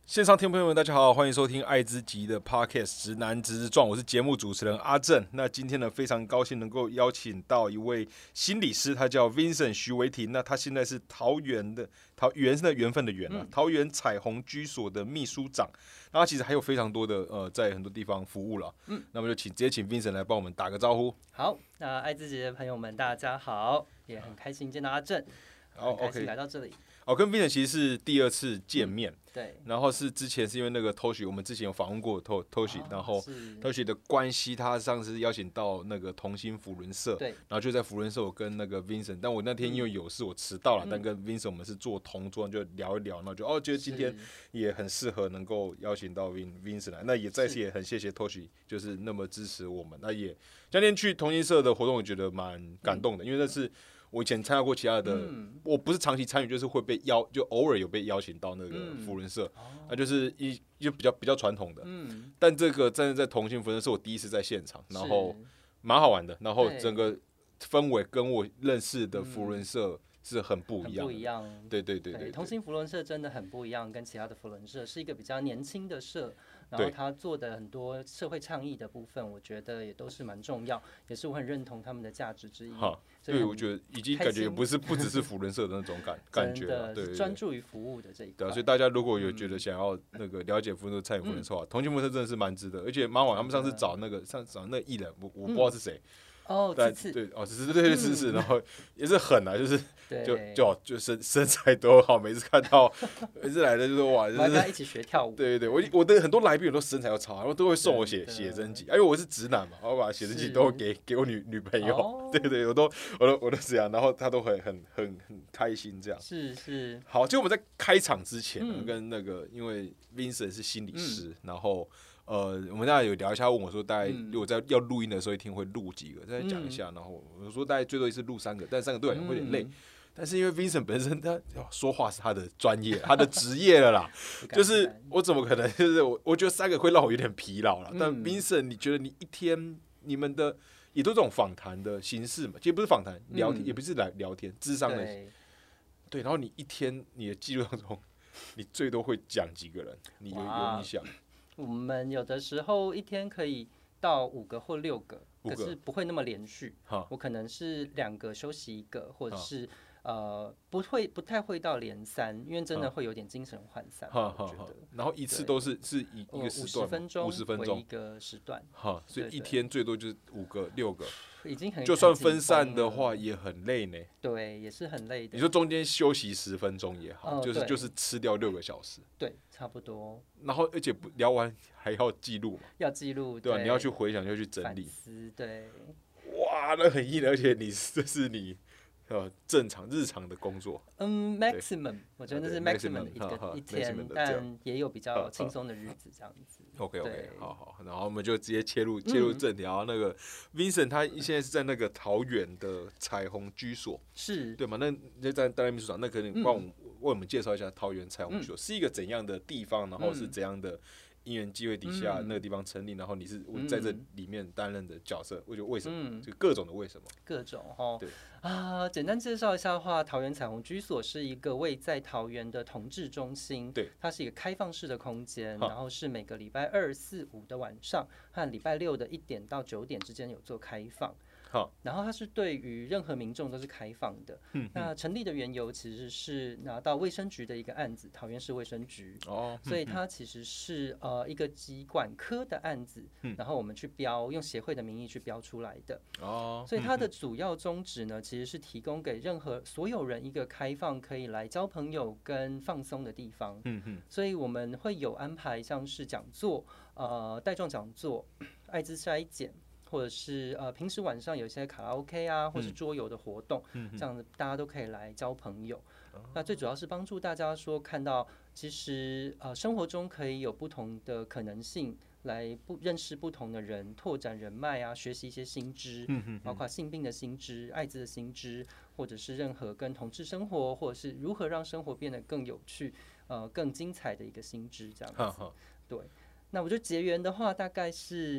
线上听众朋友们，大家好，欢迎收听爱之极的 Podcast《直男直直撞》，我是节目主持人阿正。那今天呢，非常高兴能够邀请到一位心理师，他叫 Vincent 徐维廷。那他现在是桃园的缘是那缘分的缘啊，桃园彩虹居所的秘书长。那他其实还有非常多的在很多地方服务了。那么就直接请 Vincent 来帮我们打个招呼。 好，那爱之极的朋友们，大家好，也很开心见到阿正，很开心来到这里。 跟 Vincent 其实是第二次见面， 对， 然后是之前是因为那个 Toshi， 我们之前有访问过 Toshi，然后 Toshi 的关系，他上次邀请到那个同心扶轮社， 对， 然后就在扶轮社我跟那个 Vincent， 但我那天因为有事我迟到了，但跟 Vincent 我们是做同桌就聊一聊，然后就觉得今天也很适合能够邀请到 Vincent 来，那也再次也很谢谢 Toshi， 就是那么支持我们，那也今天去同心社的活动，我觉得蛮感动的，因为那是我以前参加过其他的，我不是长期参与，就是会被就偶尔有被邀请到那个扶轮社，那就是就比较传统的，但这个真的在同心扶轮社，我第一次在现场，然后蛮好玩的，然后整个氛围跟我认识的扶轮社是很不一样， 不一样， 对， 同心扶轮社真的很不一样，跟其他的扶轮社是一个比较年轻的社。然后他做的很多社会倡议的部分，我觉得也都是蛮重要，也是我很认同他们的价值之一。 对，我觉得已经感觉不只是扶轮社的那种感觉了，对， 专注于服务的这一块。 对啊，所以大家如果有觉得想要那个了解扶轮社、参与扶轮社的话，同心扶轮社真的是蛮值得，而且蛮好玩。他们上次找那个艺人，我不知道是谁。对，是，然后也是狠啊，就是就身材都好，每次看到每次来的就是哇，就是跟他一起学跳舞。 对，我的很多来宾有都身材都超好，然后都会送我写真集，因为我是直男嘛，我把写真集都给我女朋友，对，我都这样，然后他都很开心这样。 是。 好，就我们在开场之前跟那个，因为 Vincent 是心理师，然后。我们大家有聊一下，问我说，大概如果在要录音的时候，一天会录几个？再讲一下。然后我说，大概最多一次录3个，但3个对我来讲会有点累。但是因为 Vincent 本身他说话是他的专业，他的职业了啦，就是我怎么可能就是我觉得3个会让我有点疲劳了。但 Vincent， 你觉得你一天你们的也都这种访谈的形式嘛？其实不是访谈聊天，也不是来聊天，諮商的对。然后你一天你的记录当中，你最多会讲几个人？你有印象？ 我们有的时候一天可以到5个或6个，可是不会那么连续。我可能是2个休息1个，或者是不太会到连3，因为真的会有点精神涣散。我觉得。然后一次都是一个时段 50分钟一个时段。 所以一天最多就是5个6个。 已经很就算分散的话也很累呢。 对，也是很累的。 你说中间休息10分钟也好，就是吃掉6个小时。 对，差不多。 然后而且聊完还要记录嘛？ 要记录， 对啊，你要去回想，要去整理。 反思，对。 哇，那很硬，而且这是你正常日常的工作。 maximum， 我觉得那是 maximum 的一天，但也有比较轻松的日子这样子。 OK， 好，然后我们就直接切入正题。然后那个 Vincent 他现在是在那个桃园的彩虹居所， 是对吗？那就在担任秘书长，那可能帮为我们介绍一下桃园彩虹居所是一个怎样的地方，然后是怎样的因缘机会底下那个地方成立，然后你是在这里面担任的角色，我觉得为什么？就各种的为什么？ 各种对简单介绍一下的话，桃园彩虹居所是一个位在桃园的同志中心， 对， 它是一个开放式的空间，然后是每个礼拜2、4、5的晚上和礼拜6的1点到9点之间有做开放。然后它是对于任何民众都是开放的。那成立的缘由其实是拿到卫生局的一个案子，桃园市卫生局。所以它其实是一个疾管科的案子，然后我们去标，用协会的名义去标出来的。所以它的主要宗旨呢，其实是提供给所有人一个开放可以来交朋友跟放松的地方。所以我们会有安排像是讲座、带状讲座、艾滋筛检。或者是平时晚上有一些卡拉 OK 啊，或是桌游的活动，这样子大家都可以来交朋友。那最主要是帮助大家说看到，其实生活中可以有不同的可能性，来认识不同的人，拓展人脉啊，学习一些新知，包括性病的新知、艾滋的新知，或者是任何跟同志生活，或者是如何让生活变得更有趣、更精彩的一个新知，这样子。对，那我觉得结缘的话，大概是。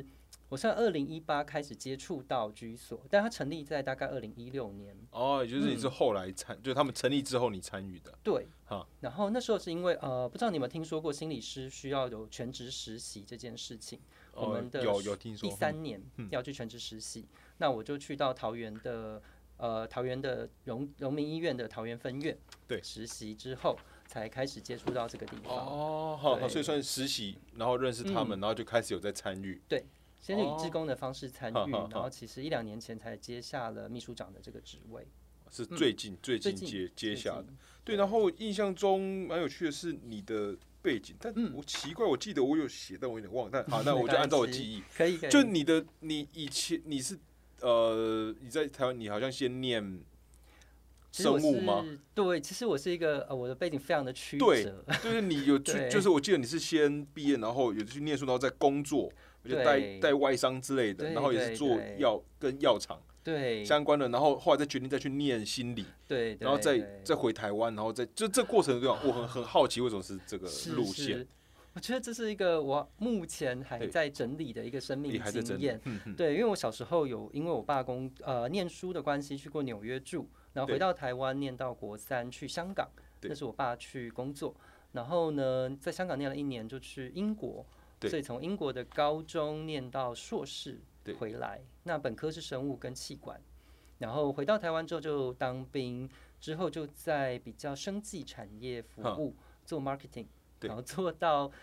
我是2018开始接触到居所，但它成立在大概2016年。 哦，也就是你是后来就是他们成立之后你参与的。 对，然后那时候是因为不知道你有没有听说过心理师需要有全职实习这件事情。我们的有听说。 第3年要去全职实习，那我就去到桃园的荣民医院的桃园分院实习之后，才开始接触到这个地方。 哦，好，所以算实习，然后认识他们，然后就开始有在参与。 对，先以志工的方式参与，然后其实1-2年前才接下了秘书长的这个职位。 是最近接下的。对，然后印象中蛮有趣的是你的背景，但我奇怪，我记得我有写，但我有点忘。但好，那我就按照我记忆。 可以。 就你以前你是你在台湾，你好像先念生物吗？ 对，其实我是一个我的背景非常的曲折。 对，就是你有去，就是我记得你是先毕业，然后有去念书，然后再工作，就带外商之类的，然后也是做药厂相关的，然后后来再决定再去念心理， 对， 然后再回台湾，然后就这过程中，我很好奇为什么是这个路线。 我觉得这是一个我目前还在整理的一个生命经验。对，因为我小时候因为我爸念书的关系去过纽约住，然后回到台湾念到国3去香港，那是我爸去工作。然后呢，在香港念了1年就去英国，所以从英国的高中念到硕士回来。那本科是生物跟气管，然后回到台湾之后就当兵，之后就在比较生技产业服务做 marketing。然后做到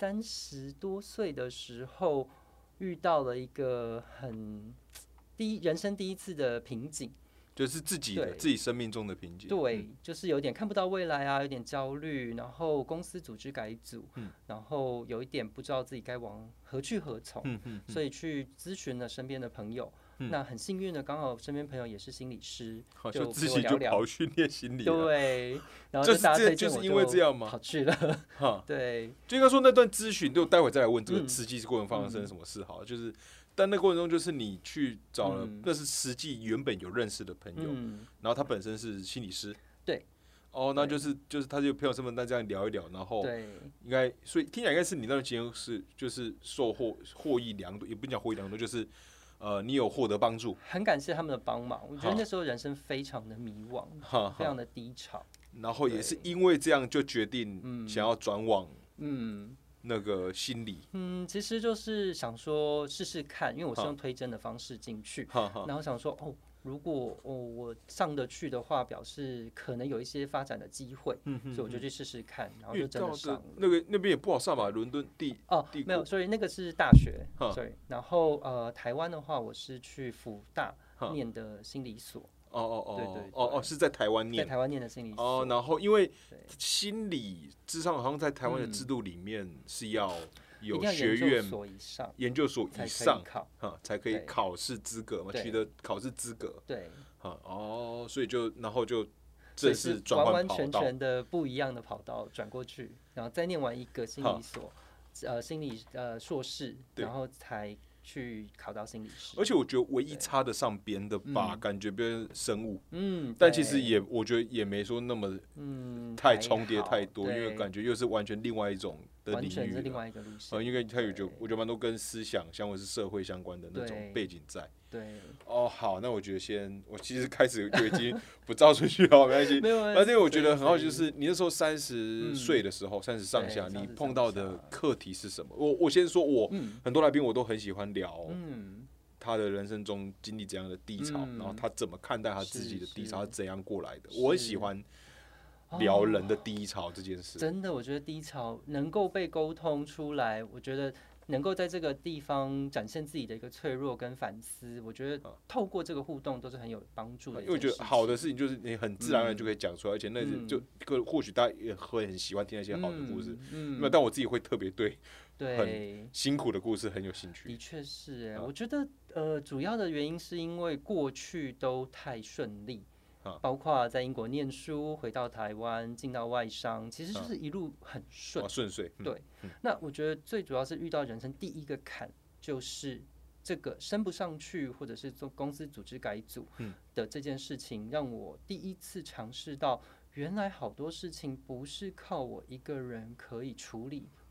30多岁的时候，遇到了一个人生第一次的瓶颈， 就是自己生命中的瓶颈。 对，就是有点看不到未来啊，有点焦虑，然后公司组织改组，然后有一点不知道自己该往何去何从，所以去咨询了身边的朋友。那很幸运的，刚好身边朋友也是心理师， 就自己就跑去念心理了。 对，然后大家推荐我就是因为这样吗？ 跑去了。对， 就应该说那段咨询，就待会再来问这个实际过程发生什么事好，就是但那过程中就是你去找了，那是实际原本有认识的朋友，然后他本身是心理师。 对。 哦，那就是他就朋友身份，那这样聊一聊，然后应该所以听起来应该是你那段经验是就是获益良多，也不讲获益良多，就是你有获得帮助。 很感谢他们的帮忙，我觉得那时候人生非常的迷惘，非常的低潮。 然后也是因为这样就决定想要转往那个心理。 其实就是想说试试看，因为我是用推甄的方式进去，然后想说如果我上得去的话，表示可能有一些发展的机会，所以我就去试试看，然后就真的上了。 那边也不好上吧？伦敦没有，所以那个是大学，对。然后台湾的话，我是去辅大念的心理所。 对，是在台湾念， 在台湾念的心理所。 然后因为心理智商好像在台湾的制度里面是要有学院研究所以上才可以考试资格嘛，取得考试资格。 对， 所以然后就这是转换跑道， 完完全全的不一样的跑道转过去，然后再念完一个心理所，心理硕士，然后才去考到心理师。 而且我觉得唯一插得上边的吧，感觉别人生物，但其实我觉得也没说那么太重叠太多，因为感觉又是完全另外一种的领域， 完全是另外一个路线。 因为它我觉得蛮多跟思想相关是社会相关的那种背景在。 对， 好，那我觉得我其实开始就已经不照顺序了，没关系。反正我觉得很好奇，就是你那时候30岁的时候，30上下，你碰到的课题是什么？我先说，很多来宾我都很喜欢聊，他的人生中经历怎样的低潮，然后他怎么看待他自己的低潮，他怎样过来的。我很喜欢聊人的低潮这件事。 真的，我觉得低潮能够被沟通出来，我觉得能够在这个地方展现自己的一个脆弱跟反思，我觉得透过这个互动都是很有帮助的。 因为我觉得好的事情就是你很自然而然就可以讲出来，而且那就或许大家也会很喜欢听那些好的故事，但我自己会特别对很辛苦的故事很有兴趣。 的确是，我觉得主要的原因是因为过去都太顺利。包括在英国念书，回到台湾，进到外商，其实就是一路很顺遂。 对，那我觉得最主要是遇到人生第一个坎，就是这个升不上去，或者是做公司组织改组的这件事情，让我第一次尝试到，原来好多事情不是靠我一个人可以处理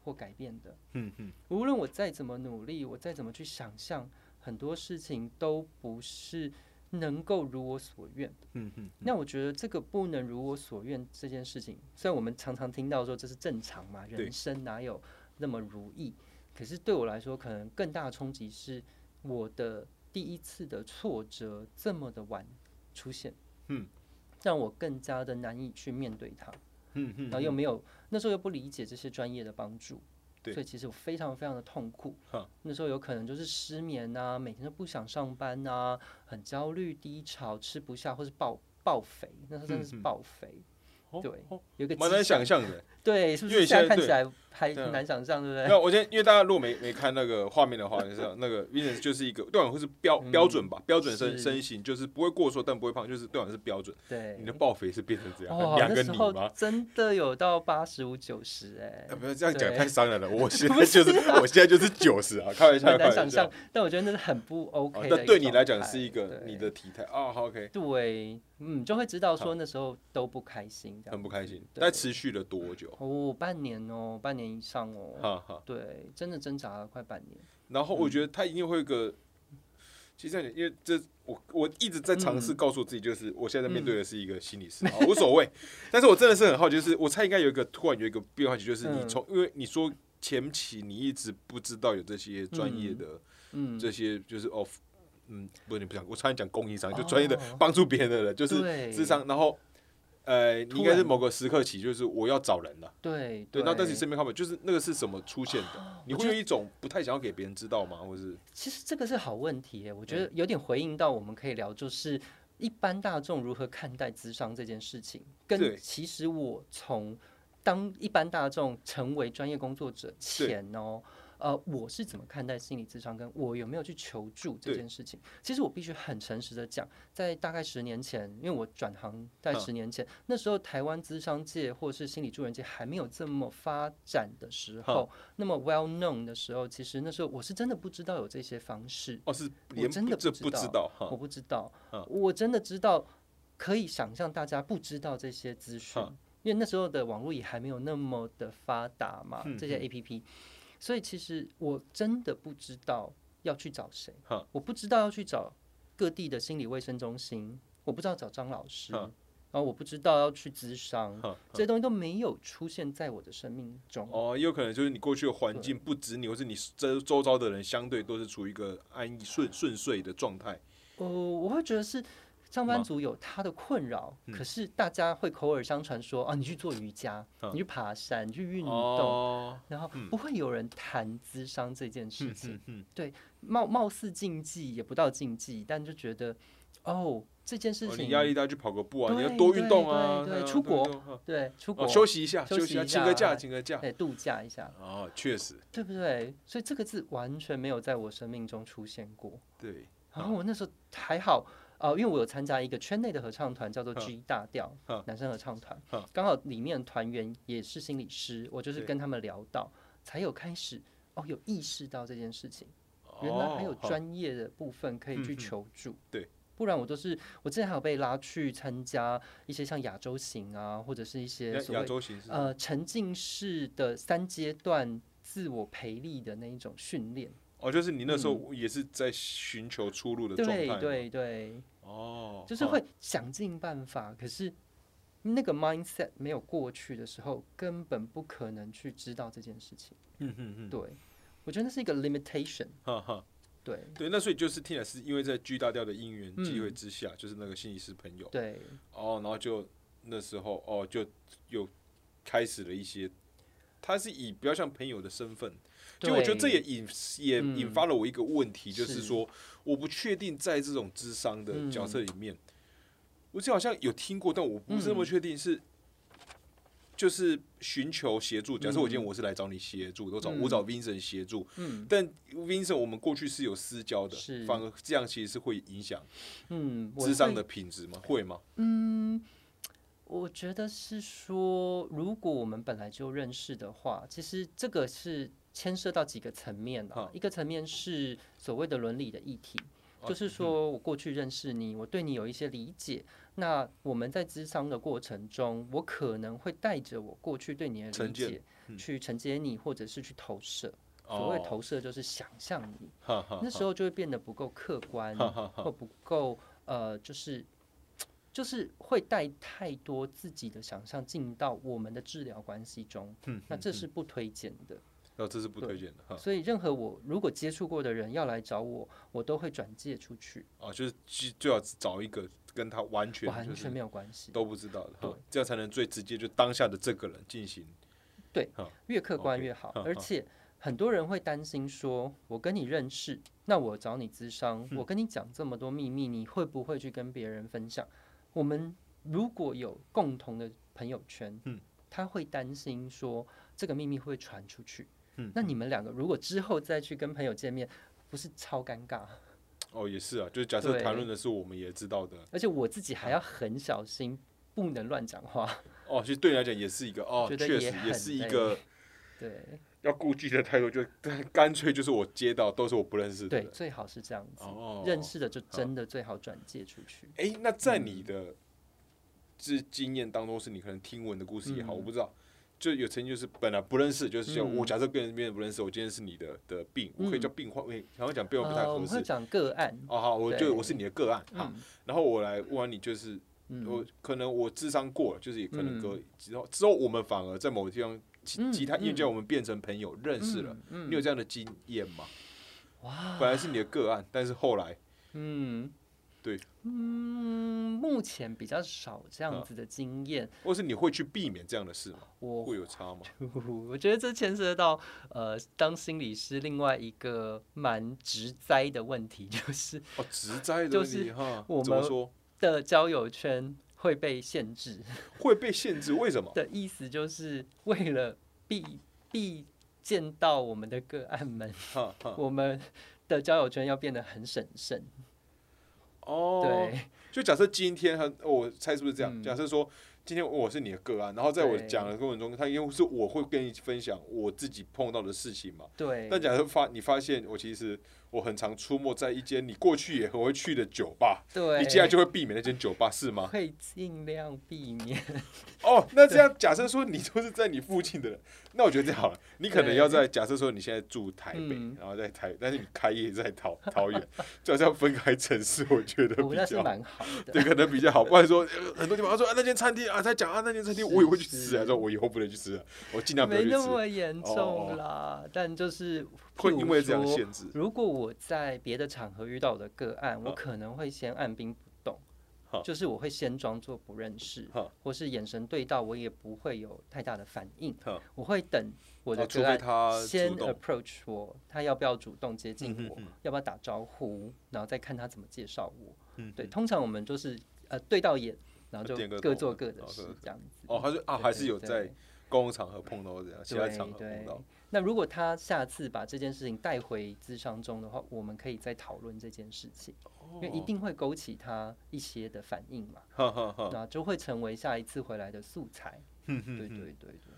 或改变的。无论我再怎么努力，我再怎么去想象，很多事情都不是能够如我所愿。那我觉得这个不能如我所愿这件事情，虽然我们常常听到说这是正常嘛，人生哪有那么如意？可是对我来说，可能更大的冲击是我的第一次的挫折这么的晚出现，让我更加的难以去面对它。然后又没有那时候又不理解这些专业的帮助，所以其实我非常非常的痛苦。那时候有可能就是失眠啊，每天都不想上班啊，很焦虑、低潮、吃不下，或是暴肥。那时候真的是暴肥。对，有个蛮难想象的。 对，是不是现在看起来还很难想象，对不对？ 那我因为大家如果没看那个画面的话，就是那个 Vincent 就是一个对我会是标准吧，标准身形，就是不会过瘦但不会胖，就是对我是标准。 对， 你的暴肥是变成这样， 两个你吗？ 真的有到85、90 不要这样讲，太伤人了。我现在就是90啊，开玩笑。 很难想象，但我觉得那是很不 OK 的。 那对你来讲是一个你的体态啊，好 OK。 对，就会知道说那时候都不开心， 很不开心。但持续了多久？ 半年哦，半年以上哦。对，真的挣扎了快半年。 然后我觉得他一定会有个，其实因为我一直在尝试告诉自己，就是我现在面对的是一个心理师，无所谓。但是我真的是很好奇，就是我猜应该突然有一个变化期，就是因为你说前期你一直不知道有这些专业的，这些就是不是你不想，我差点讲供应商，就专业的帮助别人的人，就是智商，然后。你应该是某个时刻起，就是我要找人了。 对， 那但是你身边看不，就是那个是什么出现的？你会有一种不太想要给别人知道吗？或是？ 其实这个是好问题耶，我觉得有点回应到我们可以聊，就是一般大众如何看待諮商这件事情，跟其实我从当一般大众成为专业工作者前我是怎么看待心理諮商，跟我有没有去求助这件事情？其实我必须很诚实的讲，在大概10年前，因为我转行在10年前，那时候台湾諮商界或是心理助人界还没有这么发展的时候，那么 well known 的时候，其实那时候我是真的不知道有这些方式。 我真的不知道， 我不知道，我真的知道，可以想象大家不知道这些资讯，因为那时候的网络也还没有那么的发达嘛，这些 APP。所以其实我真的不知道要去找谁，我不知道要去找各地的心理卫生中心，我不知道找张老师，然后我不知道要去諮商，这些东西都没有出现在我的生命中。 也有可能就是你过去的环境不止你，或是你周遭的人相对都是处于一个安逸顺遂的状态。 我会觉得是。上班族有他的困扰，可是大家会口耳相传说你去做瑜伽，你去爬山，你去运动，然后不会有人谈諮商这件事情。对，貌似禁忌也不到禁忌，但就觉得这件事情你压力大去跑个步啊，你要多运动啊， 对，出国，对，出国休息一下，请个假， 对，度假一下。 确实， 对不对？所以这个字完全没有在我生命中出现过。 对， 然后我那时候还好。因为我有参加一个圈内的合唱团，叫做 G 大调男生合唱团，刚好里面团员也是心理师，我就是跟他们聊到，才有开始有意识到这件事情，原来还有专业的部分可以去求助。 对， 不然我之前还有被拉去参加一些像亚洲行啊，或者是一些所谓沉浸式的3阶段自我培力的那一种训练。 就是你那时候也是在寻求出路的状态。 对。就是会想尽办法，可是那个 mindset 没有过去的时候，根本不可能去知道这件事情。对，我觉得那是一个 limitation。对， 那所以就是听起来是因为在 G 大调的因缘机会之下，就是那个心理师朋友。 对。 然后就那时候就有开始了一些，他是以比较像朋友的身份。就我觉得这也引发了我一个问题，就是说我不确定在这种諮商的角色里面，我之前好像有听过，但我不是那么确定是就是寻求协助。假设我今天我是来找你协助，我找 Vincent 协助，但 Vincent 我们过去是有私交的，反而这样其实是会影响諮商的品质吗？会吗？ 我觉得是说，如果我们本来就认识的话，其实这个是牵涉到几个层面一个层面是所谓的伦理的议题，就是说我过去认识你，我对你有一些理解， 那我们在咨商的过程中，我可能会带着我过去对你的理解去承接你，或者是去投射。所谓投射就是想象你，那时候就会变得不够客观，或不够就是会带太多自己的想象进到我们的治疗关系中，那这是不推荐的。 这是不推荐的。 所以任何我如果接触过的人要来找我，我都会转介出去。 就是最好找一个跟他完全没有关系， 都不知道的，这样才能最直接就当下的这个人进行。 对，越客观越好。而且很多人会担心说，我跟你认识，那我找你咨商，我跟你讲这么多秘密，你会不会去跟别人分享？我们如果有共同的朋友圈，他会担心说这个秘密会传出去。那你们两个如果之后再去跟朋友见面，不是超尴尬？ 也是啊，就是假设谈论的是我们也知道的， 而且我自己还要很小心，不能乱讲话。 其实对你来讲也是一个确实也是一个对要顾忌的态度，就干脆就是我接到都是我不认识的， 对，最好是这样子。认识的就真的最好转介出去。 那在你的经验当中，是你可能听闻的故事也好，我不知道。就有曾经就是本来不认识，就是我假设跟别人不认识，我今天是你的病，我可以叫病患，好像讲病患不太合适。 我们会讲个案。 好，我是你的个案，好，然后我来问完你，就是我可能我諮商过了，就是也可能之后我们反而在某个地方其他因为我们变成朋友认识了，你有这样的经验吗？哇，本来是你的个案，但是后来对， 目前比较少这样子的经验， 或是你会去避免这样的事吗？会有差吗？ 我觉得这牵涉到当心理师另外一个蛮直灾的问题，就是直灾的问题哈， 我们的交友圈会被限制， 会被限制，为什么？ 的意思就是为了避见到我们的个案们，我们的交友圈要变得很审慎。对， 就假设今天我猜是不是这样？假设说今天我是你的个案，然后在我讲的过程中，因为是我会跟你分享我自己碰到的事情嘛。 对。 但假设你发现我很常出没在一间你过去也很会去的酒吧， 对， 你接下来就会避免那间酒吧是吗？ 会尽量避免。 那这样假设说你都是在你附近的人，那我觉得这样好了，你可能要在假设说你现在住台北，然后在但是你开业在桃园，就这样分开城市，我觉得比较那是蛮好的， 对，可能比较好。不然说很多地方说那间餐厅他讲那间餐厅我也会去吃说我以后不能去吃了，我尽量不要去吃。 没那么严重啦，但就是会因为这样限制。 如果我在别的场合遇到我的个案，我可能会先按兵不动，就是我会先装作不认识，或是眼神对到，我也不会有太大的反应。我会等我的个案先 approach 我，他要不要主动接近我，要不要打招呼，然后再看他怎么介绍我。对，通常我们就是对到眼，然后就各做各的事，这样子。 还是有在公共场合碰到这样，其他场合碰到。 那如果他下次把这件事情带回諮商中的话，我们可以再讨论这件事情，因为一定会勾起他一些的反应嘛，那就会成为下一次回来的素材。对。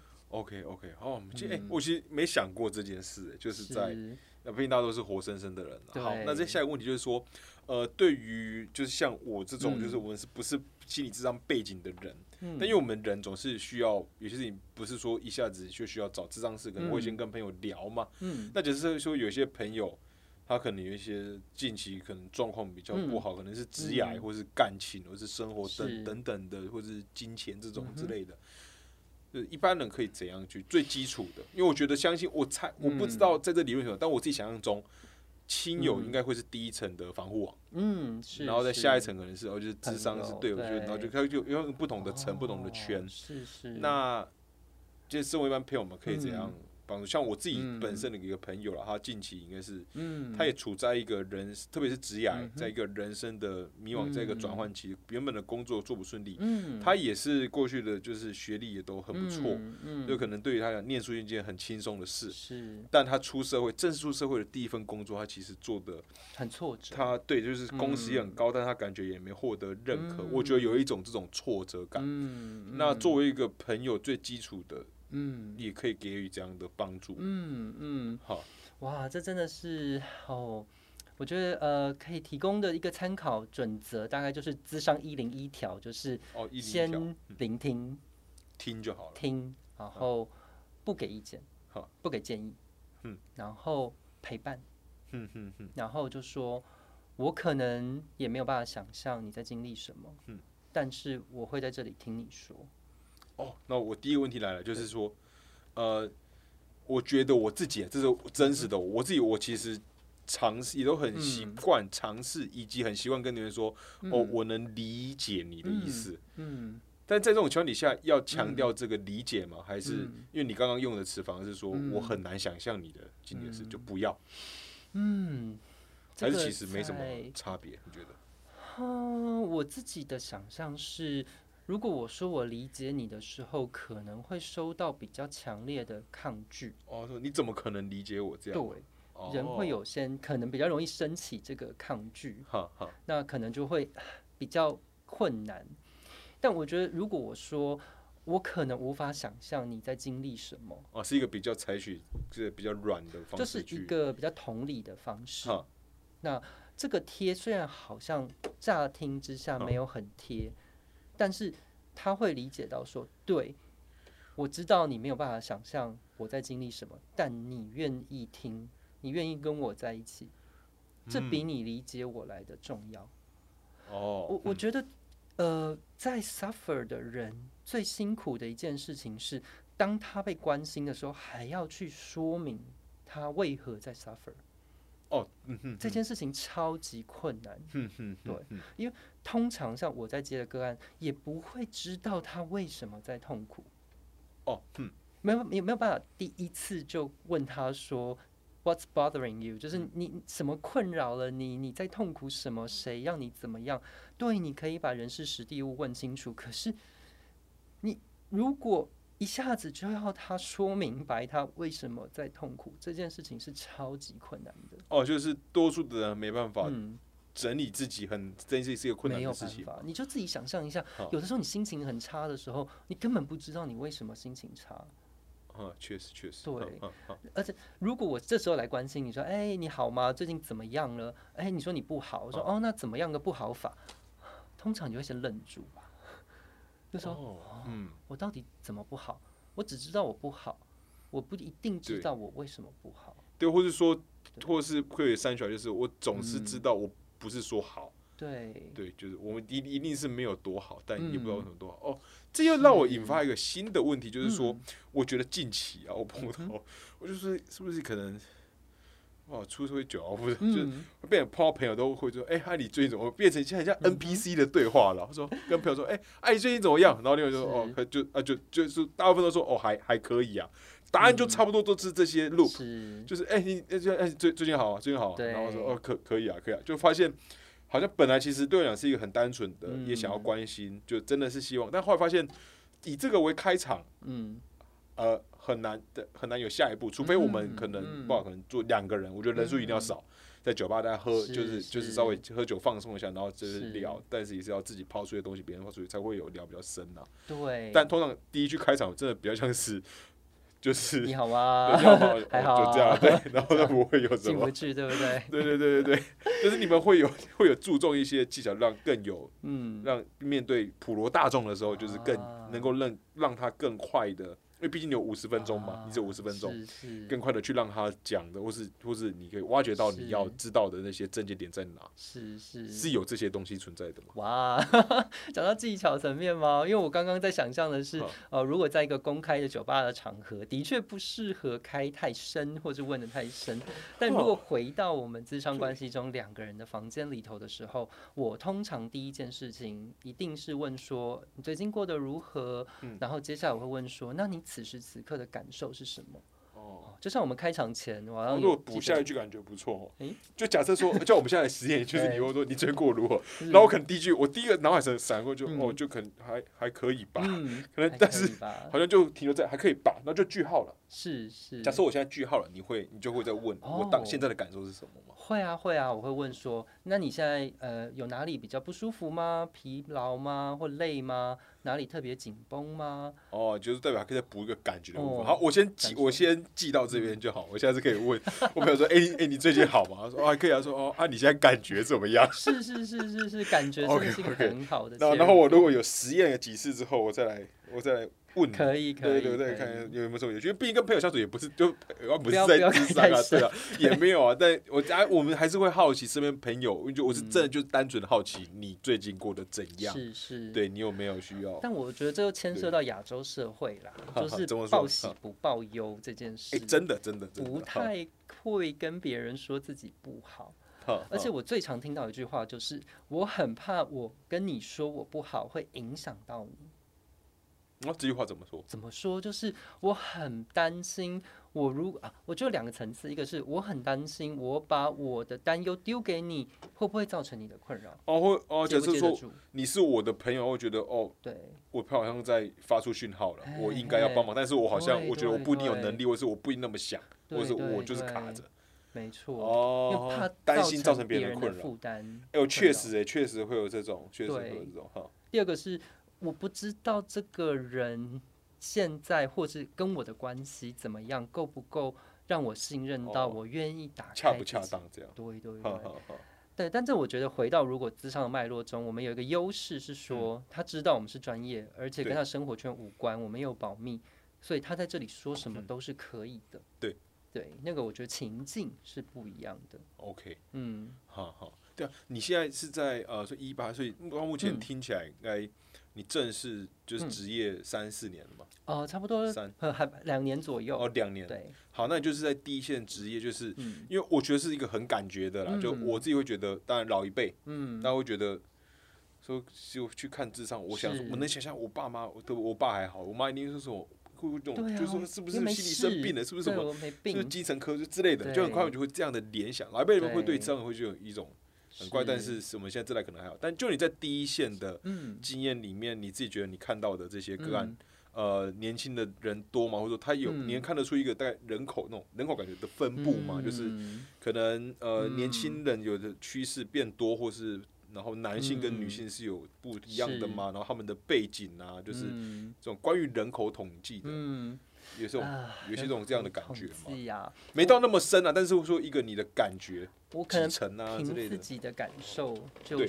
OK， 好，我其实没想过这件事，就是在毕竟大家都是活生生的人。好，那这下一个问题就是说，对于就是像我这种，就是我们不是心理諮商背景的人，但因为我们人总是需要有些事情，不是说一下子就需要找諮商师，可能会先跟朋友聊嘛。那只是说有些朋友，他可能有一些近期可能状况比较不好，可能是职业或是感情，或是生活等等的，或是金钱这种之类的。一般人可以怎样去最基础的？因为我觉得相信我不知道在这理论上，但我自己想象中，亲友应该会是第一层的防护网， 是， 然后在下一层可能是就是諮商是对，我觉得然后就用不同的层、不同的圈， 是。 那就是身为一般朋友们可以怎样帮助？像我自己本身的一个朋友啦，他近期应该是，他也处在一个特别是职业，在一个人生的迷惘，在一个转换期，原本的工作做不顺利，他也是过去的就是学历也都很不错，就可能对于他讲念书一件很轻松的事，但他正式出社会的第一份工作，他其实做的很挫折， 他对就是工时也很高，但他感觉也没获得认可，我觉得有一种这种挫折感。那作为一个朋友最基础的。也可以给予这样的帮助。 好，哇，这真的是我觉得可以提供的一个参考准则，大概就是咨商101条，就是先聆听， 听就好了， 听，然后不给意见，不给建议，然后陪伴，然后就说，我可能也没有办法想象你在经历什么，但是我会在这里听你说。 那我第一个问题来了，就是说，我觉得我自己，这是真实的我自己，我其实尝试也都很习惯尝试，以及很习惯跟别人说，我能理解你的意思。但在这种情况底下，要强调这个理解吗？还是因为你刚刚用的词反而是说我很难想象你的经历的事，就不要？还是其实没什么差别？你觉得？ 我自己的想象是，如果我说我理解你的时候，可能会收到比较强烈的抗拒。 说你怎么可能理解我这样？ 对，人会有可能比较容易升起这个抗拒，那可能就会比较困难。但我觉得，如果我说我可能无法想象你在经历什么， 是一个比较采取这比较软的方式， 就是一个比较同理的方式。那这个贴虽然好像乍听之下没有很贴，但是他会理解到说，对，我知道你没有办法想象我在经历什么，但你愿意听，你愿意跟我在一起，这比你理解我来的重要。我觉得。在 suffer 的人最辛苦的一件事情是，当他被关心的时候，还要去说明他为何在 suffer。这件事情超级困难。对，因为通常像我在接的个案，也不会知道他为什么在痛苦。没有办法第一次就问他说 What's bothering you？ 就是你什么困扰了你？你在痛苦什么？谁让你怎么样？对，你可以把人事时地物问清楚。可是，你如果一下子就要他说明白他为什么在痛苦，这件事情是超级困难的。 就是多数的人没办法整理自己，这件事情是一个困难的事情。 没有办法，你就自己想象一下，有的时候你心情很差的时候，你根本不知道你为什么心情差。 确实。 对，而且如果我这时候来关心你说，你好吗？最近怎么样了？你说你不好，我说那怎么样个不好法？通常你会先愣住吧，就说我到底怎么不好？我只知道我不好，我不一定知道我为什么不好。 对，或是说，或是会有三小，就是我总是知道我不是说好。对，就是我们一定是没有多好，但也不知道为什么多好。这又让我引发一个新的问题，就是说，我觉得近期我碰到，我就是是不是可能，出社会久或者就是变成碰到朋友都会说，你最近怎么变成现在像 NPC 的对话了？说跟朋友说，你最近怎么样？然后另外就说，就是大部分都说，还可以啊。答案就差不多都是这些 loop， 就是你最近好啊，最近好啊，然后说可以啊，就发现。好像本来其实对我讲是一个很单纯的，也想要关心，就真的是希望，但后来发现以这个为开场，很难有下一步，除非我们可能做2个人，我觉得人数一定要少，在酒吧大家喝，就是稍微喝酒放松一下，然后就是聊，但是也是要自己抛出的东西，别人抛出去才会有聊比较深啊。 对。 但通常第一句开场真的比较像是。就是你好吗？还好啊， 就这样对，然后都不会有什么进不去，对不对？ 对，就是你们会有注重一些技巧，让更有让面对普罗大众的时候，就是更能够让他更快的。因为毕竟你有50分钟嘛，你只有50分钟，更快的去让他讲的，或是你可以挖掘到你要知道的那些症结点在哪，是有这些东西存在的吗？ 哇，讲到技巧层面吗？因为我刚刚在想象的是，如果在一个公开的酒吧的场合，的确不适合开太深，或是问得太深。但如果回到我们咨商关系中2个人的房间里头的时候，我通常第一件事情一定是问说你最近过得如何，然后接下来我会问说，那你此时此刻的感受是什么？就像我们开场前，我好像如果补下一句感觉不错就假设说，叫我们现在来实验，就是你会说你最近过如何，然后我可能第一句，我第一个脑海闪过就就可能还可以吧，可能但是好像就停留在还可以吧，然后就句号了。 是。 假设我现在句号了，你就会再问我现在的感受是什么吗？ 会啊，我会问说，那你现在有哪里比较不舒服吗？疲劳吗？或累吗？ 哪里特别紧绷吗？ 哦，就是代表可以再补一个感觉的部分。好，我先记到这边就好。我下次可以问我朋友说，你最近好吗？他说可以啊。说你现在感觉怎么样？ 是，感觉真的是一个很好的。 然后我如果有实验了几次之后，我再来问你。 可以， 对，看有没有什么有趣。毕竟跟朋友相处也不是不是在智商啊，对啊，也没有啊。但我们还是会好奇身边朋友，我是真的就是单纯的好奇你最近过得怎样， 是， 对你有没有需要？ 但我觉得这又牵涉到亚洲社会啦，就是报喜不报忧这件事。 真的不太会跟别人说自己不好。而且我最常听到一句话就是，我很怕我跟你说我不好会影响到你。 这句话怎么说？ 怎么说？就是我很担心，我就2个层次，一个是我很担心，我把我的担忧丢给你，会不会造成你的困扰？ 假设说你是我的朋友，我觉得对， 我好像在发出讯号了，我应该要帮忙，但是我好像我觉得我不一定有能力，或是我不一定那么想，或是我就是卡着。 没错，因为怕担心造成别人的困扰、 负担。 确实会有这种， 第二个是我不知道这个人现在或是跟我的关系怎么样，够不够让我信任到我愿意打开， 恰不恰当这样？ 对，但这我觉得回到如果咨商的脉络中，我们有一个优势是说，他知道我们是专业，而且跟他生活圈无关，我们又保密，所以他在这里说什么都是可以的。对，那个我觉得情境是不一样的。 OK， 好，对啊，你现在是在说18岁，到目前听起来应该你正式就是职业3-4年了嘛？ 差不多还2年左右。 2年。 对， 好，那你就是在第一线职业，就是因为我觉得是一个很感觉的啦，就我自己会觉得，当然老一辈，大家会觉得说就去看智商，我能想象我爸妈，我爸还好，我妈一定是说。就说是不是心理生病了，是不是什么，是不是精神科之类的，就很快就会这样的联想。老一辈人会对这样会就有一种很怪，但是我们现在这代可能还好。但就你在第一线的经验里面，你自己觉得你看到的这些个案，年轻的人多吗？或者说他你能看得出一个大概人口感觉的分布吗？就是可能年轻人有的趋势变多，或是。然后男性跟女性是有不一样的吗？然后他们的背景啊，就是这种关于人口统计的，有些这种这样的感觉吗？没到那么深啊，但是说一个你的感觉， 我可能凭之类的自己的感受就是，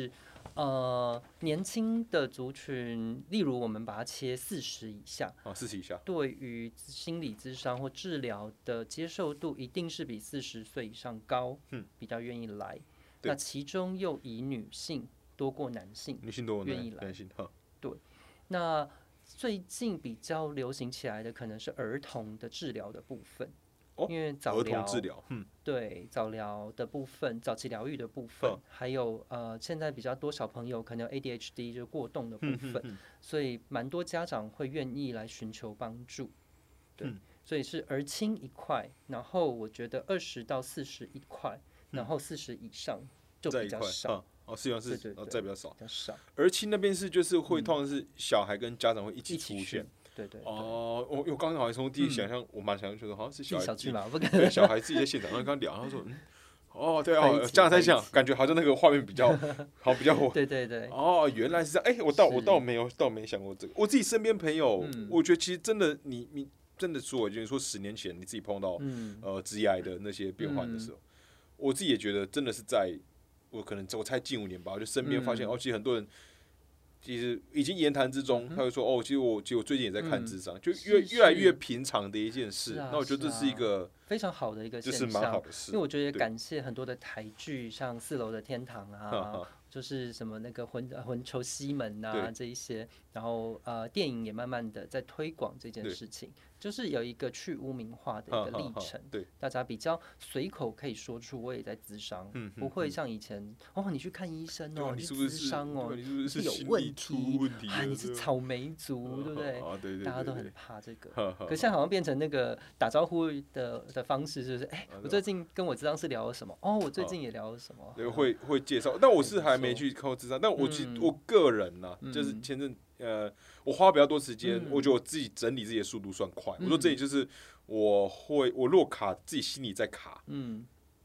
年轻的族群，例如我们把它切40以下 ，40以下， 对于心理咨商或治疗的接受度一定是比40岁以上高，比较愿意来。那其中又以女性多过男性，愿意来。对，那最近比较流行起来的可能是儿童的治疗的部分，因为早疗， 儿童治疗， 对，早疗的部分，早期疗愈的部分，还有现在比较多小朋友可能有 ADHD 就是过动的部分，所以蛮多家长会愿意来寻求帮助，对，所以是儿青一块，然后我觉得20到40一块。然后40以上就比较少， 是再比较少。 儿青那边就是会通常是小孩跟家长会一起出现， 对。 我刚刚好像从第一想象，我蛮想象觉得好像是小孩对小孩自己在现场，然后刚聊，然后说对家长在想，感觉好像那个画面比较好，比较对。 原来是这样，我倒没想过这个。我自己身边朋友，我觉得其实真的你真的说，就是说10年前你自己碰到职业的那些变换的时候。我自己也觉得，真的是我猜近5年吧，我就身边发现其实很多人其实已经言谈之中，他会说其实我最近也在看智商，就越来越平常的一件事。那我觉得这是一个非常好的一个现象， 就是蛮好的事。 因为我觉得也感谢很多的台剧，像4楼的天堂啊，就是什么那个魂囚西门啊这一些，然后电影也慢慢的在推广这件事情。就是有一个去污名化的一个历程，大家比较随口可以说出我也在咨商，不会像以前你去看医生你去咨商你是有问题你是草莓族，对不对？ 对， 大家都很怕这个。可现在好像变成那个打招呼的方式，就是我最近跟我咨商师聊了什么？我最近也聊了什么？ 对，会介绍，但我是还没去靠咨商，但我个人呢，就是前阵。我花比较多时间，我觉得我自己整理自己的速度算快。我说这里就是我如果卡自己心里在卡，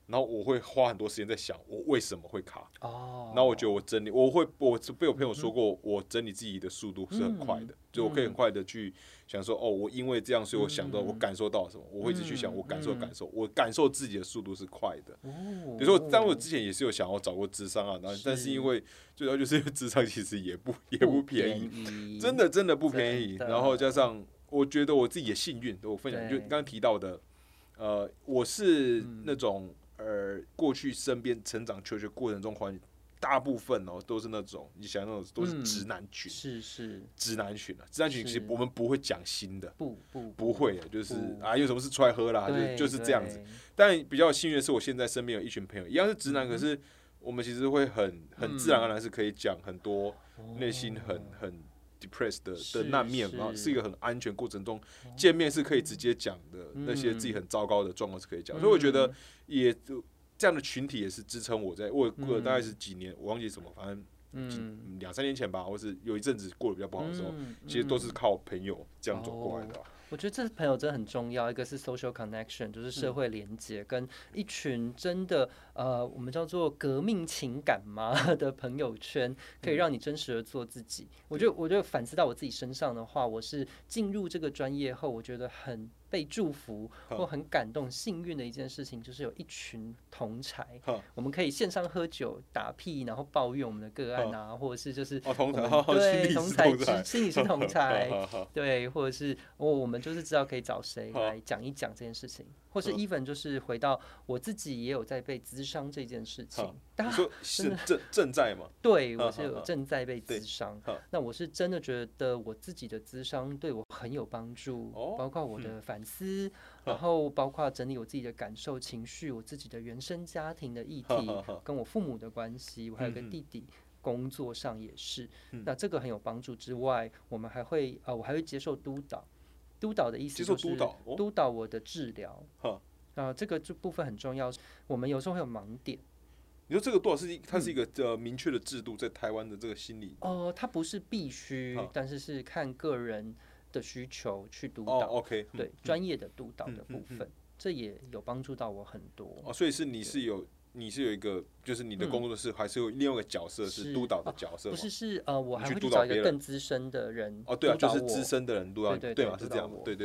然后我会花很多时间在想我为什么会卡。 哦。 然后我觉得我整理，我被我朋友说过，我整理自己的速度是很快的，就我可以很快的去想说，哦，我因为这样，所以我想到我感受到什么，我会一直去想我感受，我感受自己的速度是快的。比如说，但我之前也是有想要找过諮商啊，但是因为最主要就是因为諮商其实也不便宜，真的不便宜。然后加上我觉得我自己也幸运，我分享就刚刚提到的，我是那种过去身边成长求学过程中大部分都是那种你想那种都是直男群， 是直男群啊，直男群其实我们不会讲新的，不会，就是有什么事出来喝啦，就是这样子。但比较幸运的是，我现在身边有一群朋友一样是直男，可是我们其实会很自然而然是可以讲很多内心很 depressed 的那面，然后是一个很安全过程中见面是可以直接讲的那些自己很糟糕的状况是可以讲，所以我觉得也。这样的群体也是支撑我我过了大概是几年，我忘记什么，反正2-3年前吧，或是有一阵子过得比较不好的时候，其实都是靠朋友这样走过来的。 我觉得这朋友真的很重要，一个是 social connection， 就是社会连结，跟一群真的我们叫做革命情感嘛的朋友圈，可以让你真实的做自己。我觉得反思到我自己身上的话，我是进入这个专业后，我觉得很被祝福或很感动、幸运的一件事情，就是有一群同侪，我们可以线上喝酒、打屁，然后抱怨我们的个案啊，或者是就是同侪， 对同侪，心理是同侪，对，或者是我们就是知道可以找谁来讲一讲这件事情，或是 even 就是回到我自己也有在被諮商这件事情。 你说是正在吗？ 对，我是有正在被諮商。那我是真的觉得我自己的諮商对我很有帮助，包括我的反思，然后包括整理我自己的感受、情绪，我自己的原生家庭的议题，跟我父母的关系，我还有个弟弟。工作上也是，那这个很有帮助之外，我还会接受督导。督导的意思就是督导我的治疗。这个部分很重要。我们有时候会有盲点。 你说这个督导它是一个明确的制度，在台湾的这个心理。 它不是必须，但是是看个人的需求去督导。 OK， 对，专业的督导的部分，这也有帮助到我很多。 所以你是有一个，就是你的工作室还是有另外一个角色是督导的角色吗？ 不是我还会去找一个更资深的人。 对啊，就是资深的人督导，对嘛，是这样，对。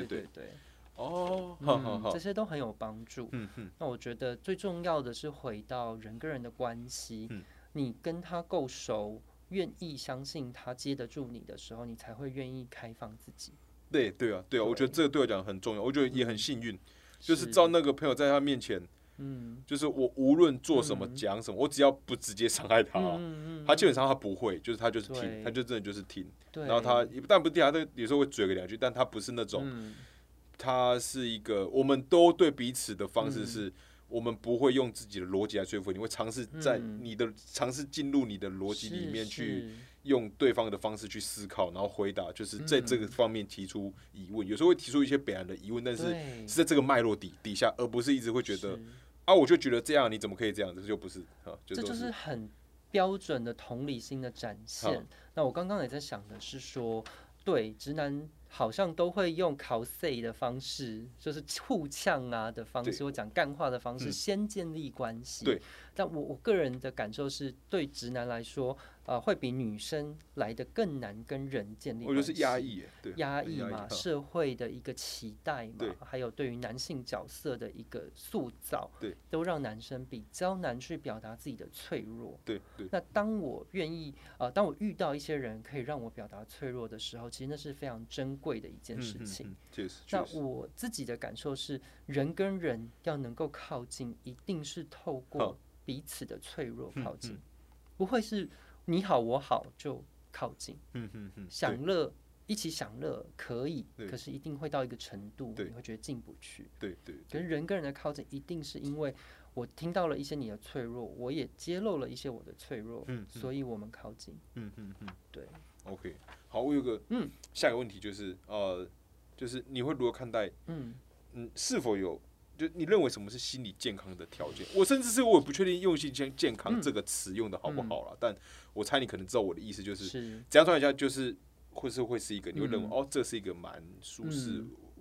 这些都很有帮助。那我觉得最重要的是回到人跟人的关系，你跟他够熟，愿意相信他接得住你的时候，你才会愿意开放自己。 对啊，我觉得这个对我讲很重要，我觉得也很幸运，就是照那个朋友在他面前。就是我无论做什么讲什么，我只要不直接伤害他，他基本上他不会，就是他就是听，他就真的就是听。然后他但不是听，他有时候会嘴个2句，但他不是那种，他是一个我们都对彼此的方式是，我们不会用自己的逻辑来说服你，会尝试进入你的逻辑里面去。用对方的方式去思考，然后回答，就是在这个方面提出疑问，有时候会提出一些北岸的疑问，但是是在这个脉络底下，而不是一直会觉得我就觉得这样，你怎么可以这样？这就不是这就是很标准的同理心的展现。那我刚刚也在想的是说，对，直男好像都会用cause的方式，就是互呛的方式，或讲干话的方式，先建立关系。对，但我个人的感受是，对直男来说。会比女生来得更难跟人建立关系。 我觉得是压抑，对， 压抑嘛，社会的一个期待嘛，还有对于男性角色的一个塑造，对，都让男生比较难去表达自己的脆弱。对。那当我愿意，当我遇到一些人可以让我表达脆弱的时候，其实那是非常珍贵的一件事情。那我自己的感受是，人跟人要能够靠近，一定是透过彼此的脆弱靠近，不会是。你好我好就靠近，享乐一起享乐可以，可是一定会到一个程度，你会觉得进不去。对。可是人跟人的靠近，一定是因为我听到了一些你的脆弱，我也揭露了一些我的脆弱，所以我们靠近。对。 OK， 好，我有个下一个问题就是就是你会如何看待是否有？就你认为什么是心理健康的条件？我甚至是我也不确定用心健康这个词用的好不好啦，但我猜你可能知道我的意思，就是怎样算一下，就是会是一个你会认为这是一个蛮舒适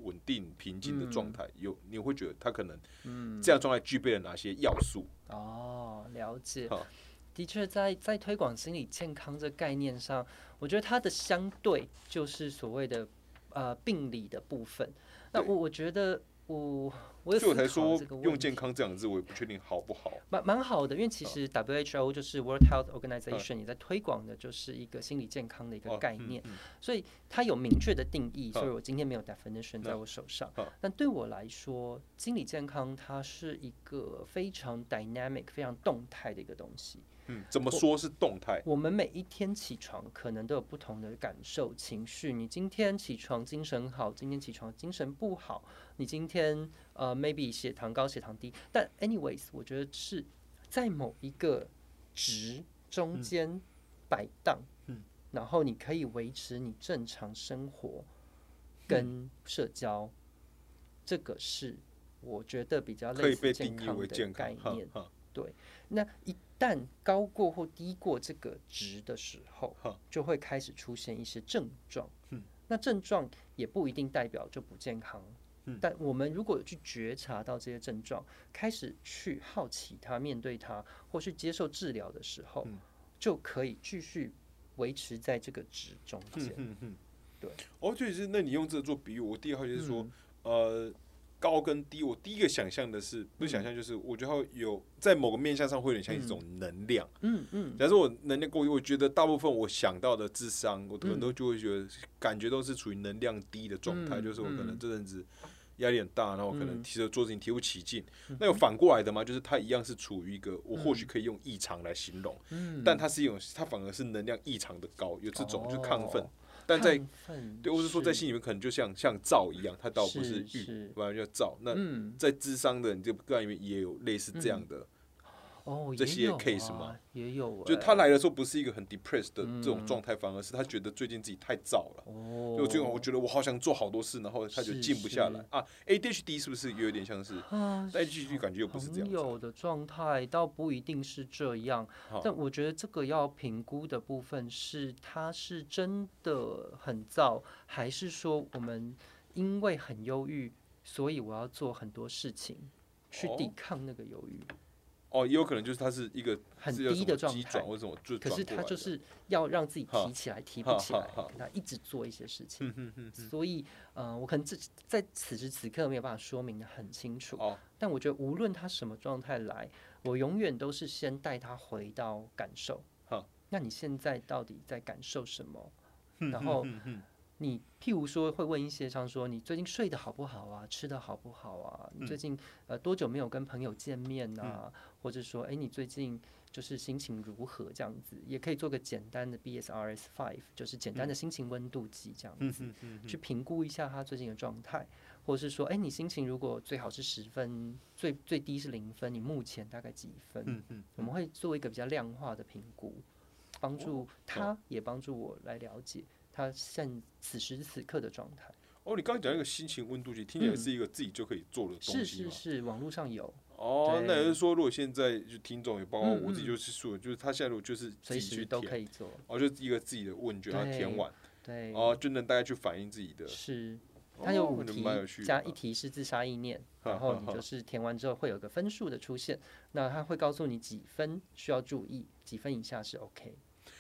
稳定平静的状态，你会觉得他可能这样状态具备了哪些要素？ 哦，了解。的确在推广心理健康这概念上，我觉得它的相对就是所谓的病理的部分。那我觉得所以我才说用健康这两个字，我也不确定好不好。 蛮好的，因为其实 WHO 就是 World Health Organization 也在推广的就是一个心理健康的一个概念，所以它有明确的定义，所以我今天没有 definition 在我手上。但对我来说，心理健康它是一个非常 dynamic、非常动态的一个东西。 怎么说是动态？ 我们每一天起床可能都有不同的感受、情绪。你今天起床精神好，今天起床精神不好。你今天maybe 血糖高、血糖低，但 anyways， 我觉得是在某一个值中间摆荡，然后你可以维持你正常生活跟社交，这个是我觉得比较类似健康的概念。对，那一旦高过或低过这个值的时候，就会开始出现一些症状。那症状也不一定代表就不健康。但我们如果有去觉察到这些症状，开始去好奇它、面对它，或是接受治疗的时候，就可以继续维持在这个值中间。对。 就是那你用这个做比喻，我第一个好奇是说，高跟低，我第一个想象的是，不是想象，就是我觉得有在某个面向上会有点像一种能量。假如我能量过低，我觉得大部分我想到的智商，我可能都就会觉得感觉都是处于能量低的状态，就是我可能这阵子压力很大，然后我可能做事情提不起劲。那有反过来的吗？就是它一样是处于一个我或许可以用异常来形容，但它反而是能量异常的高，有这种就亢奋。但对，或是说在心里面可能就像燥一样，它倒不是郁，反而叫燥。那在諮商的你这个里面也有类似这样的这些 case 吗？ 也有， 就他来的时候不是一个很 depressed 的这种状态，反而是他觉得最近自己太燥了。就最近我觉得我好想做好多事，然后他就静不下来啊。ADHD 是不是有点像是？ADHD 感觉又不是这样。 朋友的状态倒不一定是这样，但我觉得这个要评估的部分是他是真的很燥，还是说我们因为很忧郁，所以我要做很多事情去抵抗那个忧郁。 也有可能就是它是一个很低的状态，可是他就是要让自己提起来，提不起来，他一直做一些事情。所以我可能在此时此刻没有办法说明的很清楚，但我觉得无论他什么状态来，我永远都是先带他回到感受。那你现在到底在感受什么？然后你譬如说会问一些像说你最近睡得好不好啊，吃得好不好啊，你最近多久没有跟朋友见面啊，或者说你最近就是心情如何这样子，也可以做个简单的 BSRS-5， 就是简单的心情温度计这样子，去评估一下他最近的状态，或者是说你心情如果最好是10分，最低是0分，你目前大概几分？我们会做一个比较量化的评估，帮助他也帮助我来了解他现此时此刻的状态。 你刚刚讲一个心情温度计，听起来是一个自己就可以做的东西吗？ 是，网络上有。 那也就是说，如果现在就听众也包括我自己就是说，就是他现在如果就是自己去填， 都可以做。 就是一个自己的问卷，然后填完， 对， 就能大概去反映自己的。 是，它有5题，加1题是自杀意念，然后你就是填完之后会有个分数的出现，那它会告诉你几分需要注意，几分以下是 OK。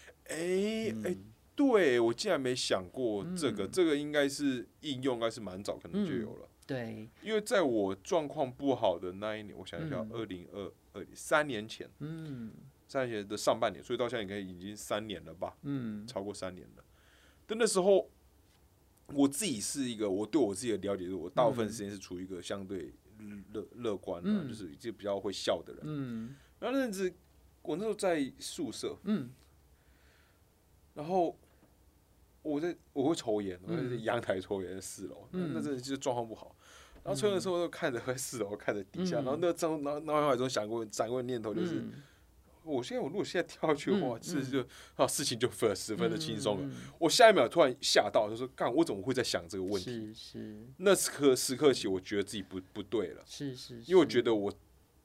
对，我竟然没想过这个，这个应该是应用，应该是蛮早可能就有了。 对， 因为在我状况不好的那一年，我想一下，3年前，3年前的上半年，所以到现在应该已经3年了吧？超过3年了。但那时候我自己是一个，我对我自己的了解是，我大部分时间是处于一个相对乐观的，就是就比较会笑的人。然后那阵子，我那时候在宿舍，然后我会抽烟，我在阳台抽烟，4楼，那真的就是状况不好。然后抽烟的时候，就看着4楼，看着底下，然后脑海中闪过的念头就是，如果现在跳下去的话，事情就10分的轻松了。我下一秒突然吓到，就说：“干，我怎么会在想这个问题？”那时刻起，我觉得自己不对了，因为我觉得我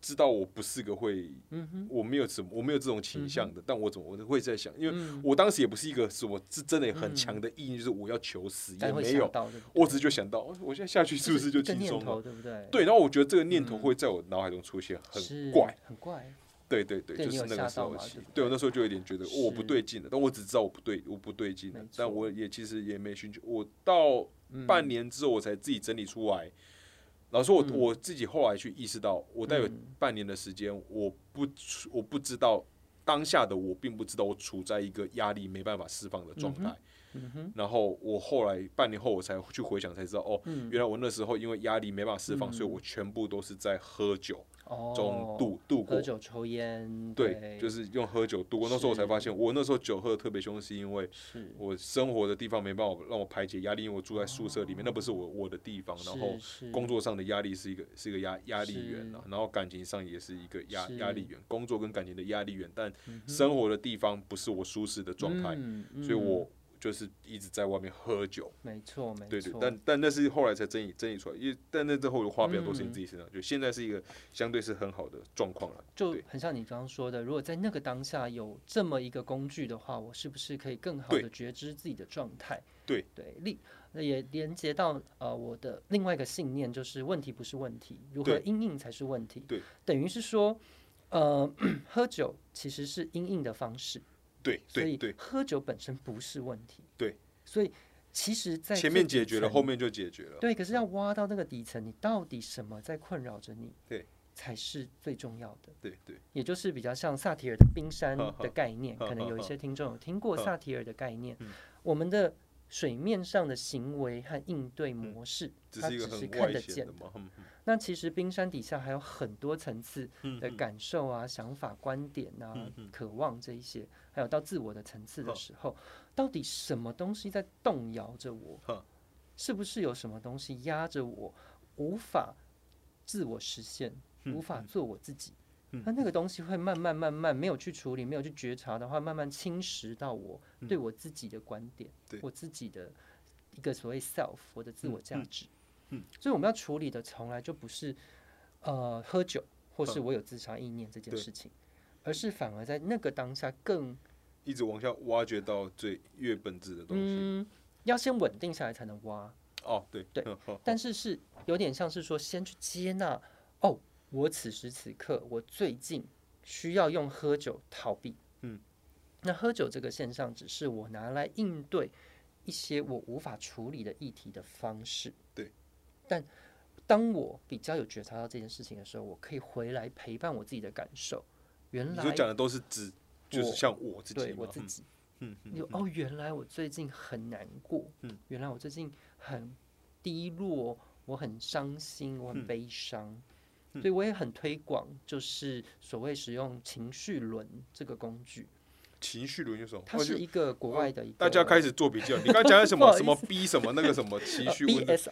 知道我不是个会，我没有这种倾向的，但我会在想，因为我当时也不是一个是我是真的很强的意念，就是我要求死，也没有，我只是就想到，我现在下去是不是就轻松了， 对不对？ 对，然后我觉得这个念头会在我脑海中出现，很怪， 很怪。 对，就是那个时候起，对我那时候就有点觉得我不对劲了，但我只知道我不对劲了，但我也其实也没寻求，我到半年之后我才自己整理出来。老实说，我自己后来去意识到，我大约半年的时间，我不知道当下的我，并不知道我处在一个压力没办法释放的状态。然后我后来半年后，我才去回想，才知道哦，原来我那时候因为压力没办法释放，所以我全部都是在喝酒中度过。 喝酒抽烟， 对，就是用喝酒度过。那时候我才发现，我那时候酒喝的特别凶，是因为我生活的地方没办法让我排解压力，因为我住在宿舍里面，那不是我的地方。然后工作上的压力是一个压力源啊，然后感情上也是一个压力源，工作跟感情的压力源，但生活的地方不是我舒适的状态，所以我就是一直在外面喝酒， 没错， 对，但那是后来才整理出来，因为但那之后花比较多时间自己身上，就现在是一个相对是很好的状况了， 就很像你刚刚说的，如果在那个当下有这么一个工具的话，我是不是可以更好的觉知自己的状态？ 对， 那也连接到我的另外一个信念，就是问题不是问题，如何因应才是问题。 对， 等于是说，喝酒其实是因应的方式。 对， 所以喝酒本身不是问题。 对， 所以其实，在前面解决了，后面就解决了。 对，可是要挖到那个底层，你到底什么在困扰着你？ 对， 才是最重要的。 对， 也就是比较像萨提尔的冰山的概念，可能有一些听众有听过萨提尔的概念。我们的水面上的行为和应对模式，它只是看得见的。那其实冰山底下还有很多层次的感受啊、想法、观点啊、渴望这一些，还有到自我的层次的时候，到底什么东西在动摇着我？是不是有什么东西压着我，无法自我实现，无法做我自己？那个东西会慢慢没有去处理，没有去觉察的话，慢慢侵蚀到我对我自己的观点，我自己的一个所谓 self， 我的自我价值。所以我们要处理的从来就不是喝酒或是我有自杀意念这件事情，而是反而在那个当下更一直往下挖掘到越本质的东西。 要先稳定下来才能挖。 对， 但是有点像是说，先去接纳我此时此刻我最近需要用喝酒逃避。那喝酒这个现象只是我拿来应对一些我无法处理的议题的方式。 对。 但当我比较有觉察到这件事情的时候，我可以回来陪伴我自己的感受。原来你所讲的都是指就是像我自己， 对我自己。原来我最近很难过。原来我最近很低落，我很伤心，我很悲伤。所以我也很推广，就是所谓使用情绪轮这个工具。 情绪轮有什么？ 它是一个国外的一个， 大家开始做笔记了。你刚才讲的什么什么 B 什么那个什么情绪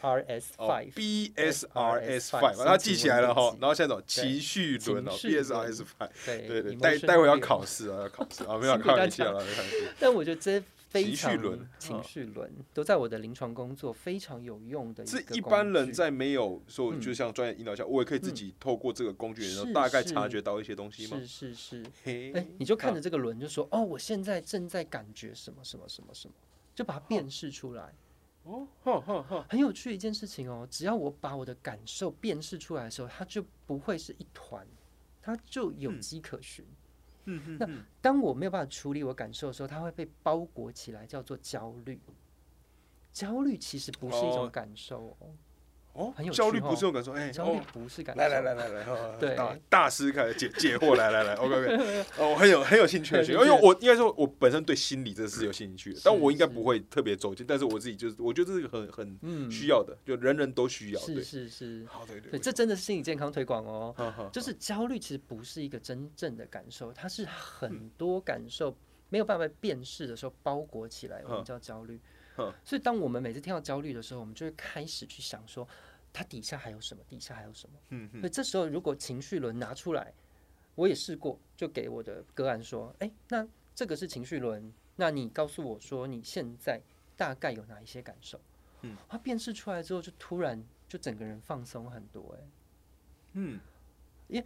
BSRS5，BSRS5， 他记起来了哈。然后现在情绪轮BSRS5，对，待会要考试啊，没有开玩笑了， 但我觉得这非常情绪轮都在我的临床工作非常有用的一个工具。 是一般人在没有说，就像专业引导下，我也可以自己透过这个工具，然后大概察觉到一些东西吗？ 是。你就看着这个轮，就说我现在正在感觉什么什么什么什么，就把它辨识出来。很有趣的一件事情哦。只要我把我的感受辨识出来的时候，它就不会是一团，它就有迹可循。那当我没有办法处理我感受的时候，它会被包裹起来，叫做焦虑。焦虑其实不是一种感受很有趣焦虑不是一种感受， 焦虑不是感受。 来， 对， 大师开始解惑，来 ，OK， 我很有兴趣，因为我应该说，我本身对心理这是有兴趣的，但我应该不会特别走进，但是我自己就是，我觉得这是很需要的，就人人都需要。 是， 好，对， 这真的是心理健康推广哦。就是焦虑其实不是一个真正的感受，它是很多感受没有办法辨识的时候包裹起来，我们叫焦虑。所以当我们每次听到焦虑的时候，我们就会开始去想说，它底下还有什么？底下还有什么？所以这时候如果情绪轮拿出来，我也试过，就给我的个案说，那这个是情绪轮，那你告诉我说你现在大概有哪一些感受？他辨识出来之后，就突然就整个人放松很多。因为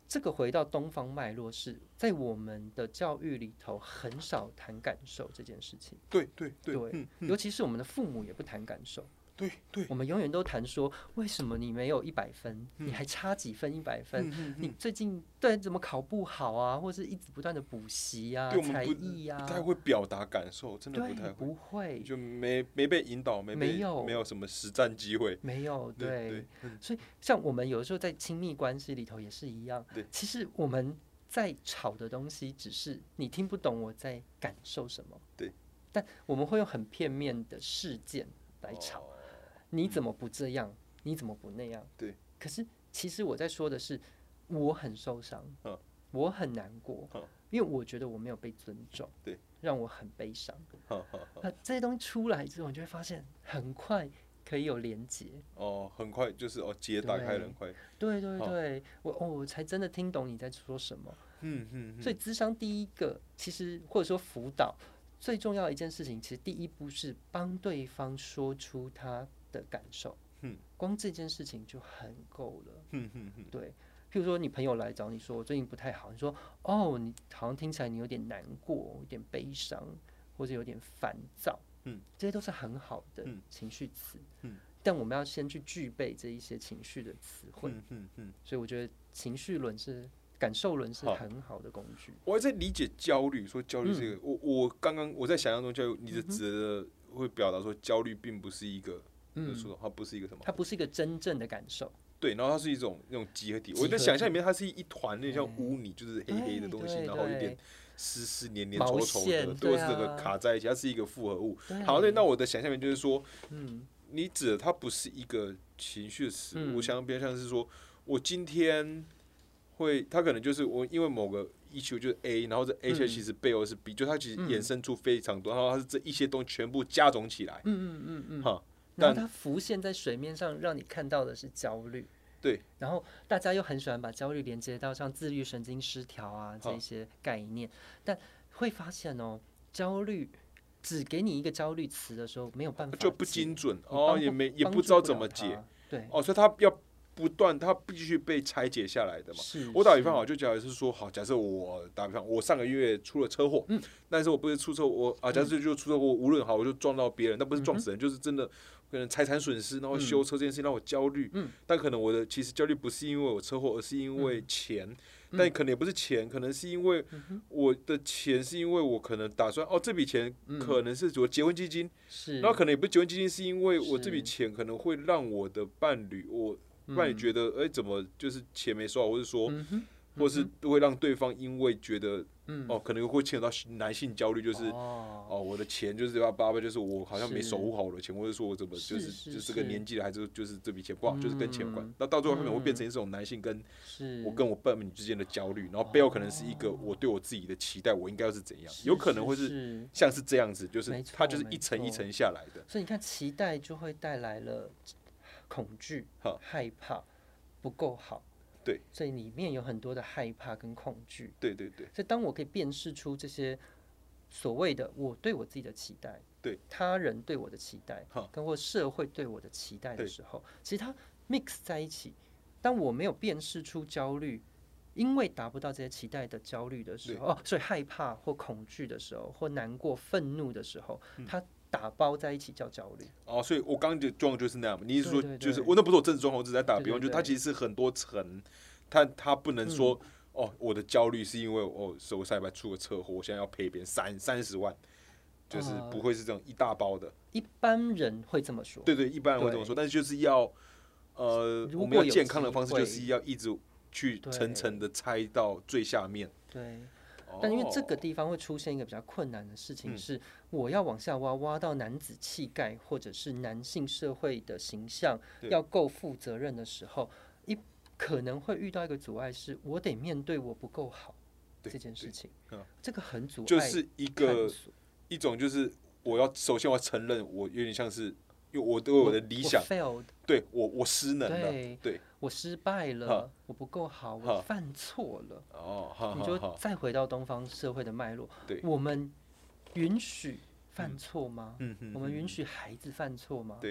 这个回到东方脉络，是在我们的教育里头很少谈感受这件事情。 对， 尤其是我们的父母也不谈感受。 对， 我们永远都谈说，为什么你没有100分，你还差几分100分？你最近怎么考不好啊？或是一直不断的补习啊、才艺啊， 不太会表达感受，真的不太会， 不会， 就没被引导，没有什么实战机会， 没有对，所以像我们有时候在亲密关系里头也是一样，其实我们在吵的东西，只是你听不懂我在感受什么， 对， 但我们会用很片面的事件来吵。你怎么不这样？你怎么不那样？ 对。 可是其实我在说的是，我很受伤，我很难过，因为我觉得我没有被尊重， 对， 让我很悲伤。这些东西出来之后，你就会发现很快可以有连结。 很快就是结打开了很快。 对，我才真的听懂你在说什么。所以諮商第一个，其实或者说辅导最重要的一件事情，其实第一步是帮对方说出他的感受，光这件事情就很够了。对，譬如说你朋友来找你说我最近不太好，你说你好像听起来你有点难过，有点悲伤，或者有点烦躁，这些都是很好的情绪词。但我们要先去具备这一些情绪的词汇。所以我觉得情绪论是感受论是很好的工具。 我还在理解焦虑，说焦虑这个，我刚刚我在想象中焦虑，你的指的会表达说焦虑并不是一个。它不是一个什么？ 它不是一个真正的感受。 对，然后它是一种那种集合体。我在想象里面，它是一团那像污泥，就是黑黑的东西，然后有点湿黏稠稠的，都是这个卡在一起，它是一个复合物。好，那我的想象里面就是说，你指的它不是一个情绪的词，我想比较像是说，我今天它可能就是我因为某个issue就是 A， 然后这 A 其实背后是 B，就它其实衍生出非常多，然后它是这一些东西全部加总起来。 然后它浮现在水面上，让你看到的是焦虑。 对。 然后大家又很喜欢把焦虑连接到像自律神经失调啊这些概念，但会发现焦虑只给你一个焦虑词的时候，没有办法就不精准也不知道怎么解。 对。 所以它要不断，它必须被拆解下来的嘛。我打比方好，就假如是说，好，假设我打比方，我上个月出了车祸，但是我不是出车祸假设就出车祸，无论好，我就撞到别人，那不是撞死人，就是真的可能财产损失，然后修车这件事情让我焦虑。但可能我的其实焦虑不是因为我车祸，而是因为钱。但可能也不是钱，可能是因为我的钱是因为我可能打算这笔钱可能是我结婚基金，然后可能也不是结婚基金，是因为我这笔钱可能会让我的伴侣觉得怎么就是钱没收好，或是说或是会让对方因为觉得可能会牵扯到男性焦虑，就是我的钱就是就是我好像没守护好我的钱，或者说我怎么就是这个年纪了，还是就是这笔钱不好，就是跟钱有关。那到最后可能会变成这种男性跟我伴侣之间的焦虑，然后背后可能是一个我对我自己的期待，我应该要是怎样，有可能会是像是这样子，就是它就是一层一层下来的。 所以你看，期待就会带来了恐惧、害怕、不够好。 对， 所以里面有很多的害怕跟恐惧。 对。 所以当我可以辨识出这些所谓的我对我自己的期待， 对他人对我的期待，跟或社会对我的期待的时候，其实它 mix 在一起。当我没有辨识出焦虑，因为达不到这些期待的焦虑的时候，所以害怕或恐惧的时候，或难过、愤怒的时候，它打包在一起叫焦虑。 所以我刚刚的状况就是那样嘛。你是说，就是我那不是我真实状况，我只是在打比方，就是它其实是很多层，它不能说我的焦虑是因为我上礼拜出了车祸，我现在要赔别人30万，就是不会是这种一大包的。 一般人会这么说。 对，一般人会这么说，但是就是要我们要健康的方式，就是要一直去层层的拆到最下面。 对。但因为这个地方会出现一个比较困难的事情是，我要往下挖到男子气概或者是男性社会的形象要够负责任的时候，可能会遇到一个阻碍，是我得面对我不够好这件事情。这个很阻碍， 就是一种就是首先我要承认我有点像是。因为我对我的理想，对我失能了，对， 我失败了，我不够好，我犯错了。你就再回到东方社会的脉络，我们允许犯错吗？我们允许孩子犯错吗？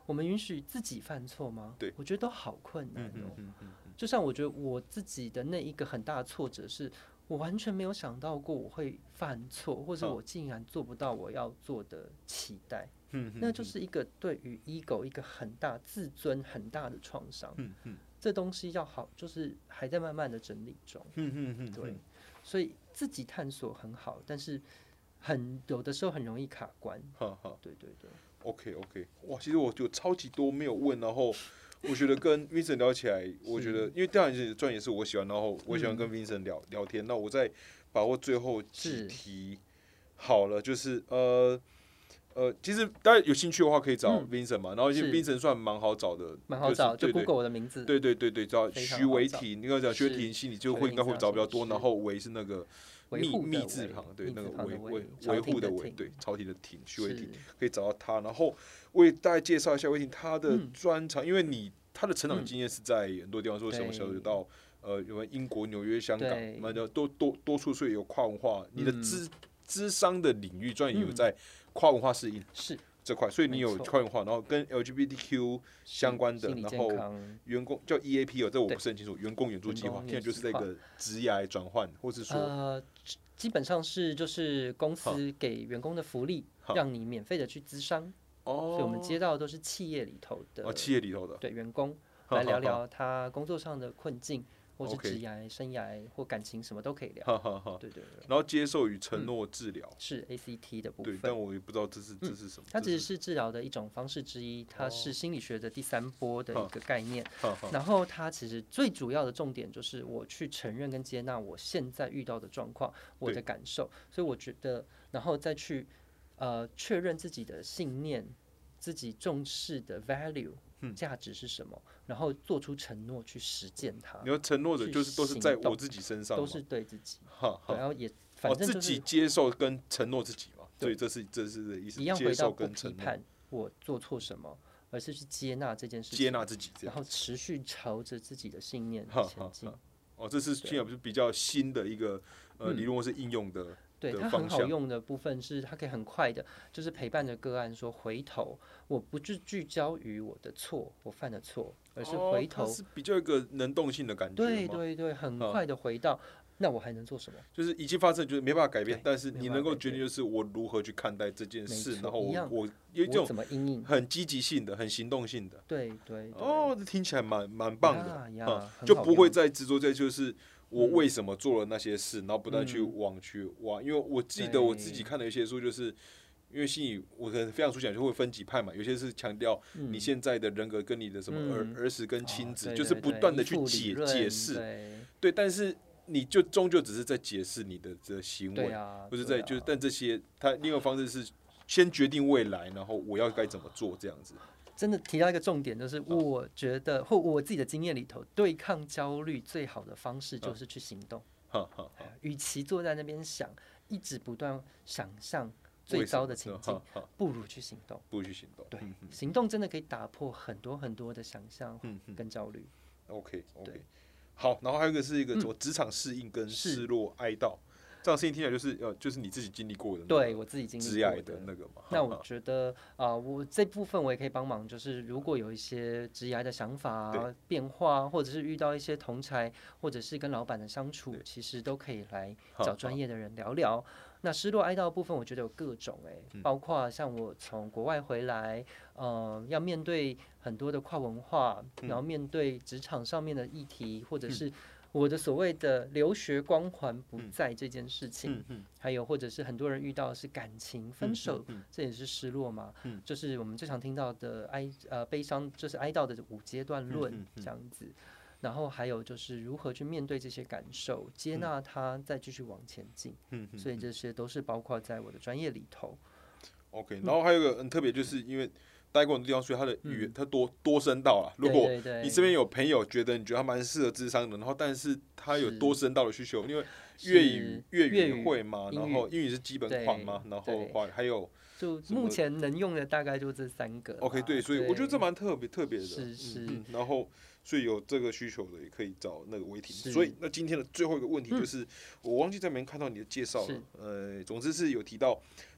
我们允许自己犯错吗？ 对， 我觉得都好困难哦。就像我觉得我自己的那一个很大的挫折是，我完全没有想到过我会犯错，或者我竟然做不到我要做的期待。那就是一个对于 ego 一个很大自尊很大的创伤。这东西要好，就是还在慢慢的整理中。对，所以自己探索很好，但是有的时候很容易卡关。对对对。 OK， 哇，其实我有超级多没有问，然后我觉得跟 Vincent 聊起来，我觉得因为调研的专业是我喜欢，然后我喜欢跟 Vincent 聊天。那我再把握最后几题好了，就是其实大家有兴趣的话可以找 Vincent 嘛，然后因为 Vincent 算蛮好找的， 蛮好找，就 Google 我的名字。 对，找徐维婷，你刚讲徐维婷心理就会应该会找比较多，然后维是那个密字旁，对，那个维护的维，对，朝廷的廷，徐维婷可以找到他，然后为大家介绍一下维婷他的专长，因为他的成长经验是在很多地方，说从小就到有英国、纽约、香港，蛮多处，所以有跨文化，你的諮商的领域专业有在跨文化适应是这块，所以你有跨文化，然后跟 LGBTQ 相关的，然后员工叫 EAP 这我不是很清楚，员工援助计划，现在就是这个职业转换，或是说基本上是就是公司给员工的福利，让你免费的去諮商，所以我们接到的都是企业里头的，对员工来聊聊他工作上的困境。或是职涯、生涯或感情什么都可以聊。对。 然后接受与承诺治疗是 ACT 的部分。 对，但我也不知道这是什么。 它其实是治疗的一种方式之一，它是心理学的第3波的一个概念。然后它其实最主要的重点就是我去承认跟接纳我现在遇到的状况，我的感受。所以我觉得，然后再去确认自己的信念，自己重视的 value。价值是什么？然后做出承诺去实践它。 你要承诺的就是都是在我自己身上， 都是对自己。然后也反正自己接受跟承诺自己嘛。所以这是的意思。 一样回到不批判我做错什么，而是去接纳这件事情， 接纳自己， 然后持续朝着自己的信念前进。 这是现在不是比较新的一个理论或是应用的。 对，它很好用的部分是，它可以很快的，就是陪伴着个案说，回头我不是聚焦于我的错，我犯的错，而是回头， 是比较一个能动性的感觉。 对，很快的回到，那我还能做什么？ 就是已经发生，就是没办法改变，但是你能够决定，就是我如何去看待这件事，然后我有这种很积极性的、很行动性的。 对。 这听起来蛮棒的，就不会再执着在就是。我为什么做了那些事，然后不断去挖，因为我记得我自己看的一些书，就是因为心理我可能非常粗浅，就会分几派嘛，有些是强调你现在的人格跟你的什么儿时跟亲子，就是不断的去解释，对，但是你就终究只是在解释你的行为，不是在就是，但这些他另外一个方式是先决定未来，然后我要该怎么做这样子。 真的提到一个重点，就是我觉得或我自己的经验里头，对抗焦虑最好的方式就是去行动。与其坐在那边想，一直不断想象最糟的情境，不如去行动。对，行动真的可以打破很多很多的想象跟焦虑。 OK， 好，然后还有一个是一个职场适应跟失落哀悼。这样事情听起来就是你自己经历过的， 对我自己经历过的那个嘛。 那我觉得我这部分我也可以帮忙，就是如果有一些职涯的想法变化，或者是遇到一些同侪，或者是跟老板的相处，其实都可以来找专业的人聊聊。那失落哀悼的部分，我觉得有各种包括像我从国外回来，要面对很多的跨文化，然后面对职场上面的议题，或者是我的所谓的留学光环不在这件事情，还有或者是很多人遇到的是感情分手，这也是失落嘛，就是我们最常听到的悲伤，就是哀悼的5阶段论这样子。然后还有就是如何去面对这些感受，接纳它，再继续往前进。所以这些都是包括在我的专业里头。 OK， 然后还有一个很特别，就是因为待过很多地方，所以他的语言他多声道啦。如果你身边有朋友觉得他蛮适合諮商的，然后但是他有多声道的需求，因为粤语会嘛，然后英语是基本款嘛，然后还有就目前能用的大概就这3个。 OK， 对，所以我觉得这蛮特别的。 是。 然后所以有这个需求的也可以找那个维婷。所以那今天的最后一个问题就是，我忘记在没看到你的介绍了。总之是有提到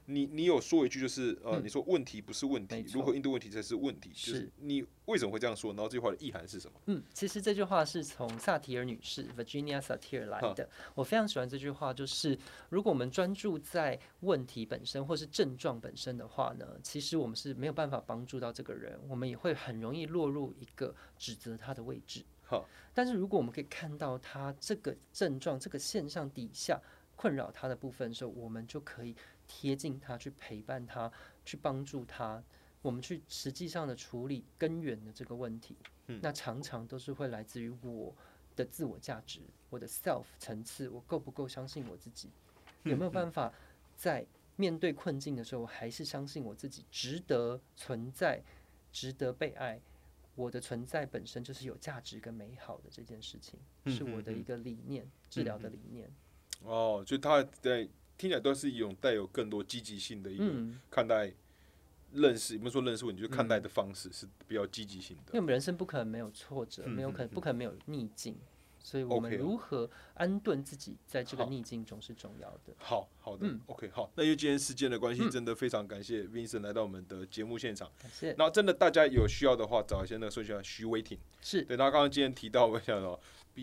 你有说一句就是你说问题不是问题，如何应对问题才是问题，就是你为什么会这样说？然后这句话的意涵是什么？ 其实这句话是从萨提尔女士 Virginia Satir 来的。我非常喜欢这句话，就是如果我们专注在问题本身或是症状本身的话呢，其实我们是没有办法帮助到这个人，我们也会很容易落入一个指责他的位置。但是如果我们可以看到他这个症状、这个现象底下困扰他的部分的时候，我们就可以贴近他，去陪伴他，去帮助他，我们去实际上的处理根源的这个问题。那常常都是会来自于我的自我价值，我的 self 层次，我够不够相信我自己？有没有办法在面对困境的时候，我还是相信我自己值得存在，值得被爱？我的存在本身就是有价值跟美好的，这件事情是我的一个理念，治疗的理念。 就他在听起来都是一种带有更多积极性的一个看待认识，也不是说认识问题，就是看待的方式是比较积极性的。 因为我们人生不可能没有挫折，不可能没有逆境，所以我们如何安顿自己在这个逆境中是重要的。 好的，OK， 好。那因为今天时间的关系，真的非常感谢 Vincent 来到我们的节目现场。 感谢。 然后真的大家有需要的话，找一些那个搜一下徐伟霆。 是。 对，他刚刚今天提到，我想到。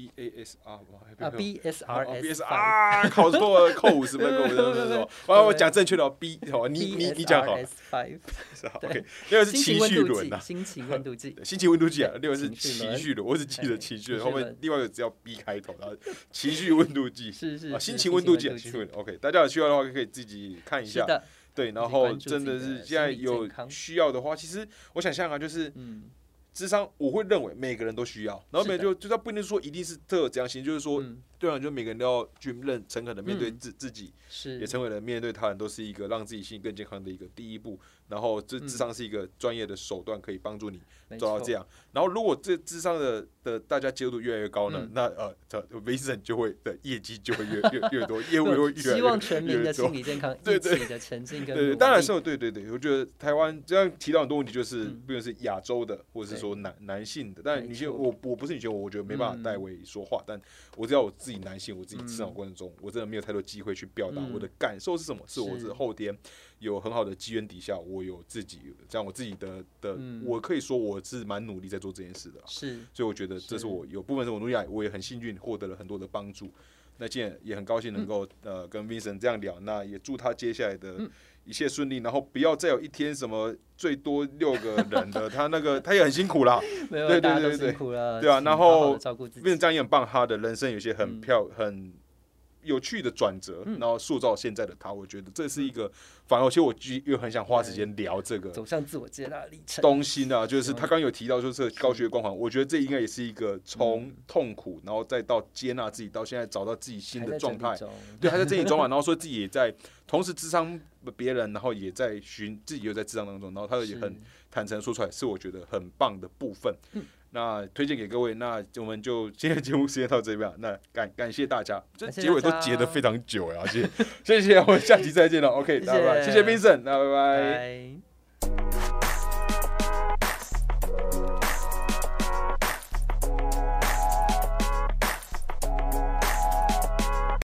BSRS 考错了，扣50分，扣50分。我讲正确的 B， 你讲好。OK， 那个是情绪轮啊， 心情温度计， 心情温度计啊，那个是情绪轮，我只记得情绪轮，后面另外一个只要 B 开头，然后情绪温度计是心情温度计，情绪温度 OK， 大家有需要的话可以自己看一下。对，然后真的是现在有需要的话，其实我想象啊，就是諮商我会认为每个人都需要，然后每个就他不一定说一定是特有这样性，就是说，对啊，就每个人都要去诚恳的面对自己，也诚恳的面对他人，都是一个让自己心更健康的一个第一步。然后这諮商是一个专业的手段，可以帮助你做到这样。然后如果这諮商的大家接受度越来越高呢，那Vincent 就会的业绩就会越多，业务会越来越多。 希望全民的心理健康一起的前进跟努力。 对，当然是对，我觉得台湾这样提到很多问题，就是不论是亚洲的，或者是说男性的。但我不是女性，我觉得没办法代为说话。但我知道我自己男性，我自己諮商过程中，我真的没有太多机会去表达我的感受是什么，是我是后天有很好的机缘底下，我有自己这样我自己的，我可以说我是蛮努力在做这件事的。 是， 所以我觉得这是我有部分是我努力来，我也很幸运获得了很多的帮助。那今天也很高兴能够跟 Vincent 这样聊，那也祝他接下来的一切顺利，然后不要再有一天什么最多6个人的，他也很辛苦啦，对， 辛苦了， 对啊，然后 Vincent 这样也很棒，他的人生有些很有趣的转折，然后塑造现在的他，我觉得这是一个，反而其实我又很想花时间聊这个走向自我接纳的历程东西呢，就是他刚有提到就是高学光环，我觉得这应该也是一个从痛苦，然后再到接纳自己，到现在找到自己新的状态，对，还在整理中嘛，然后说自己也在同时諮商别人，然后也在自己又在諮商当中，然后他也很坦诚说出来，是我觉得很棒的部分。那推荐给各位，那我们就今天的节目时间到这边，那感谢大家，这结尾都结得非常久呀，谢谢，我们下期再见了 ，OK， 拜拜，谢谢 Vincent，那拜拜。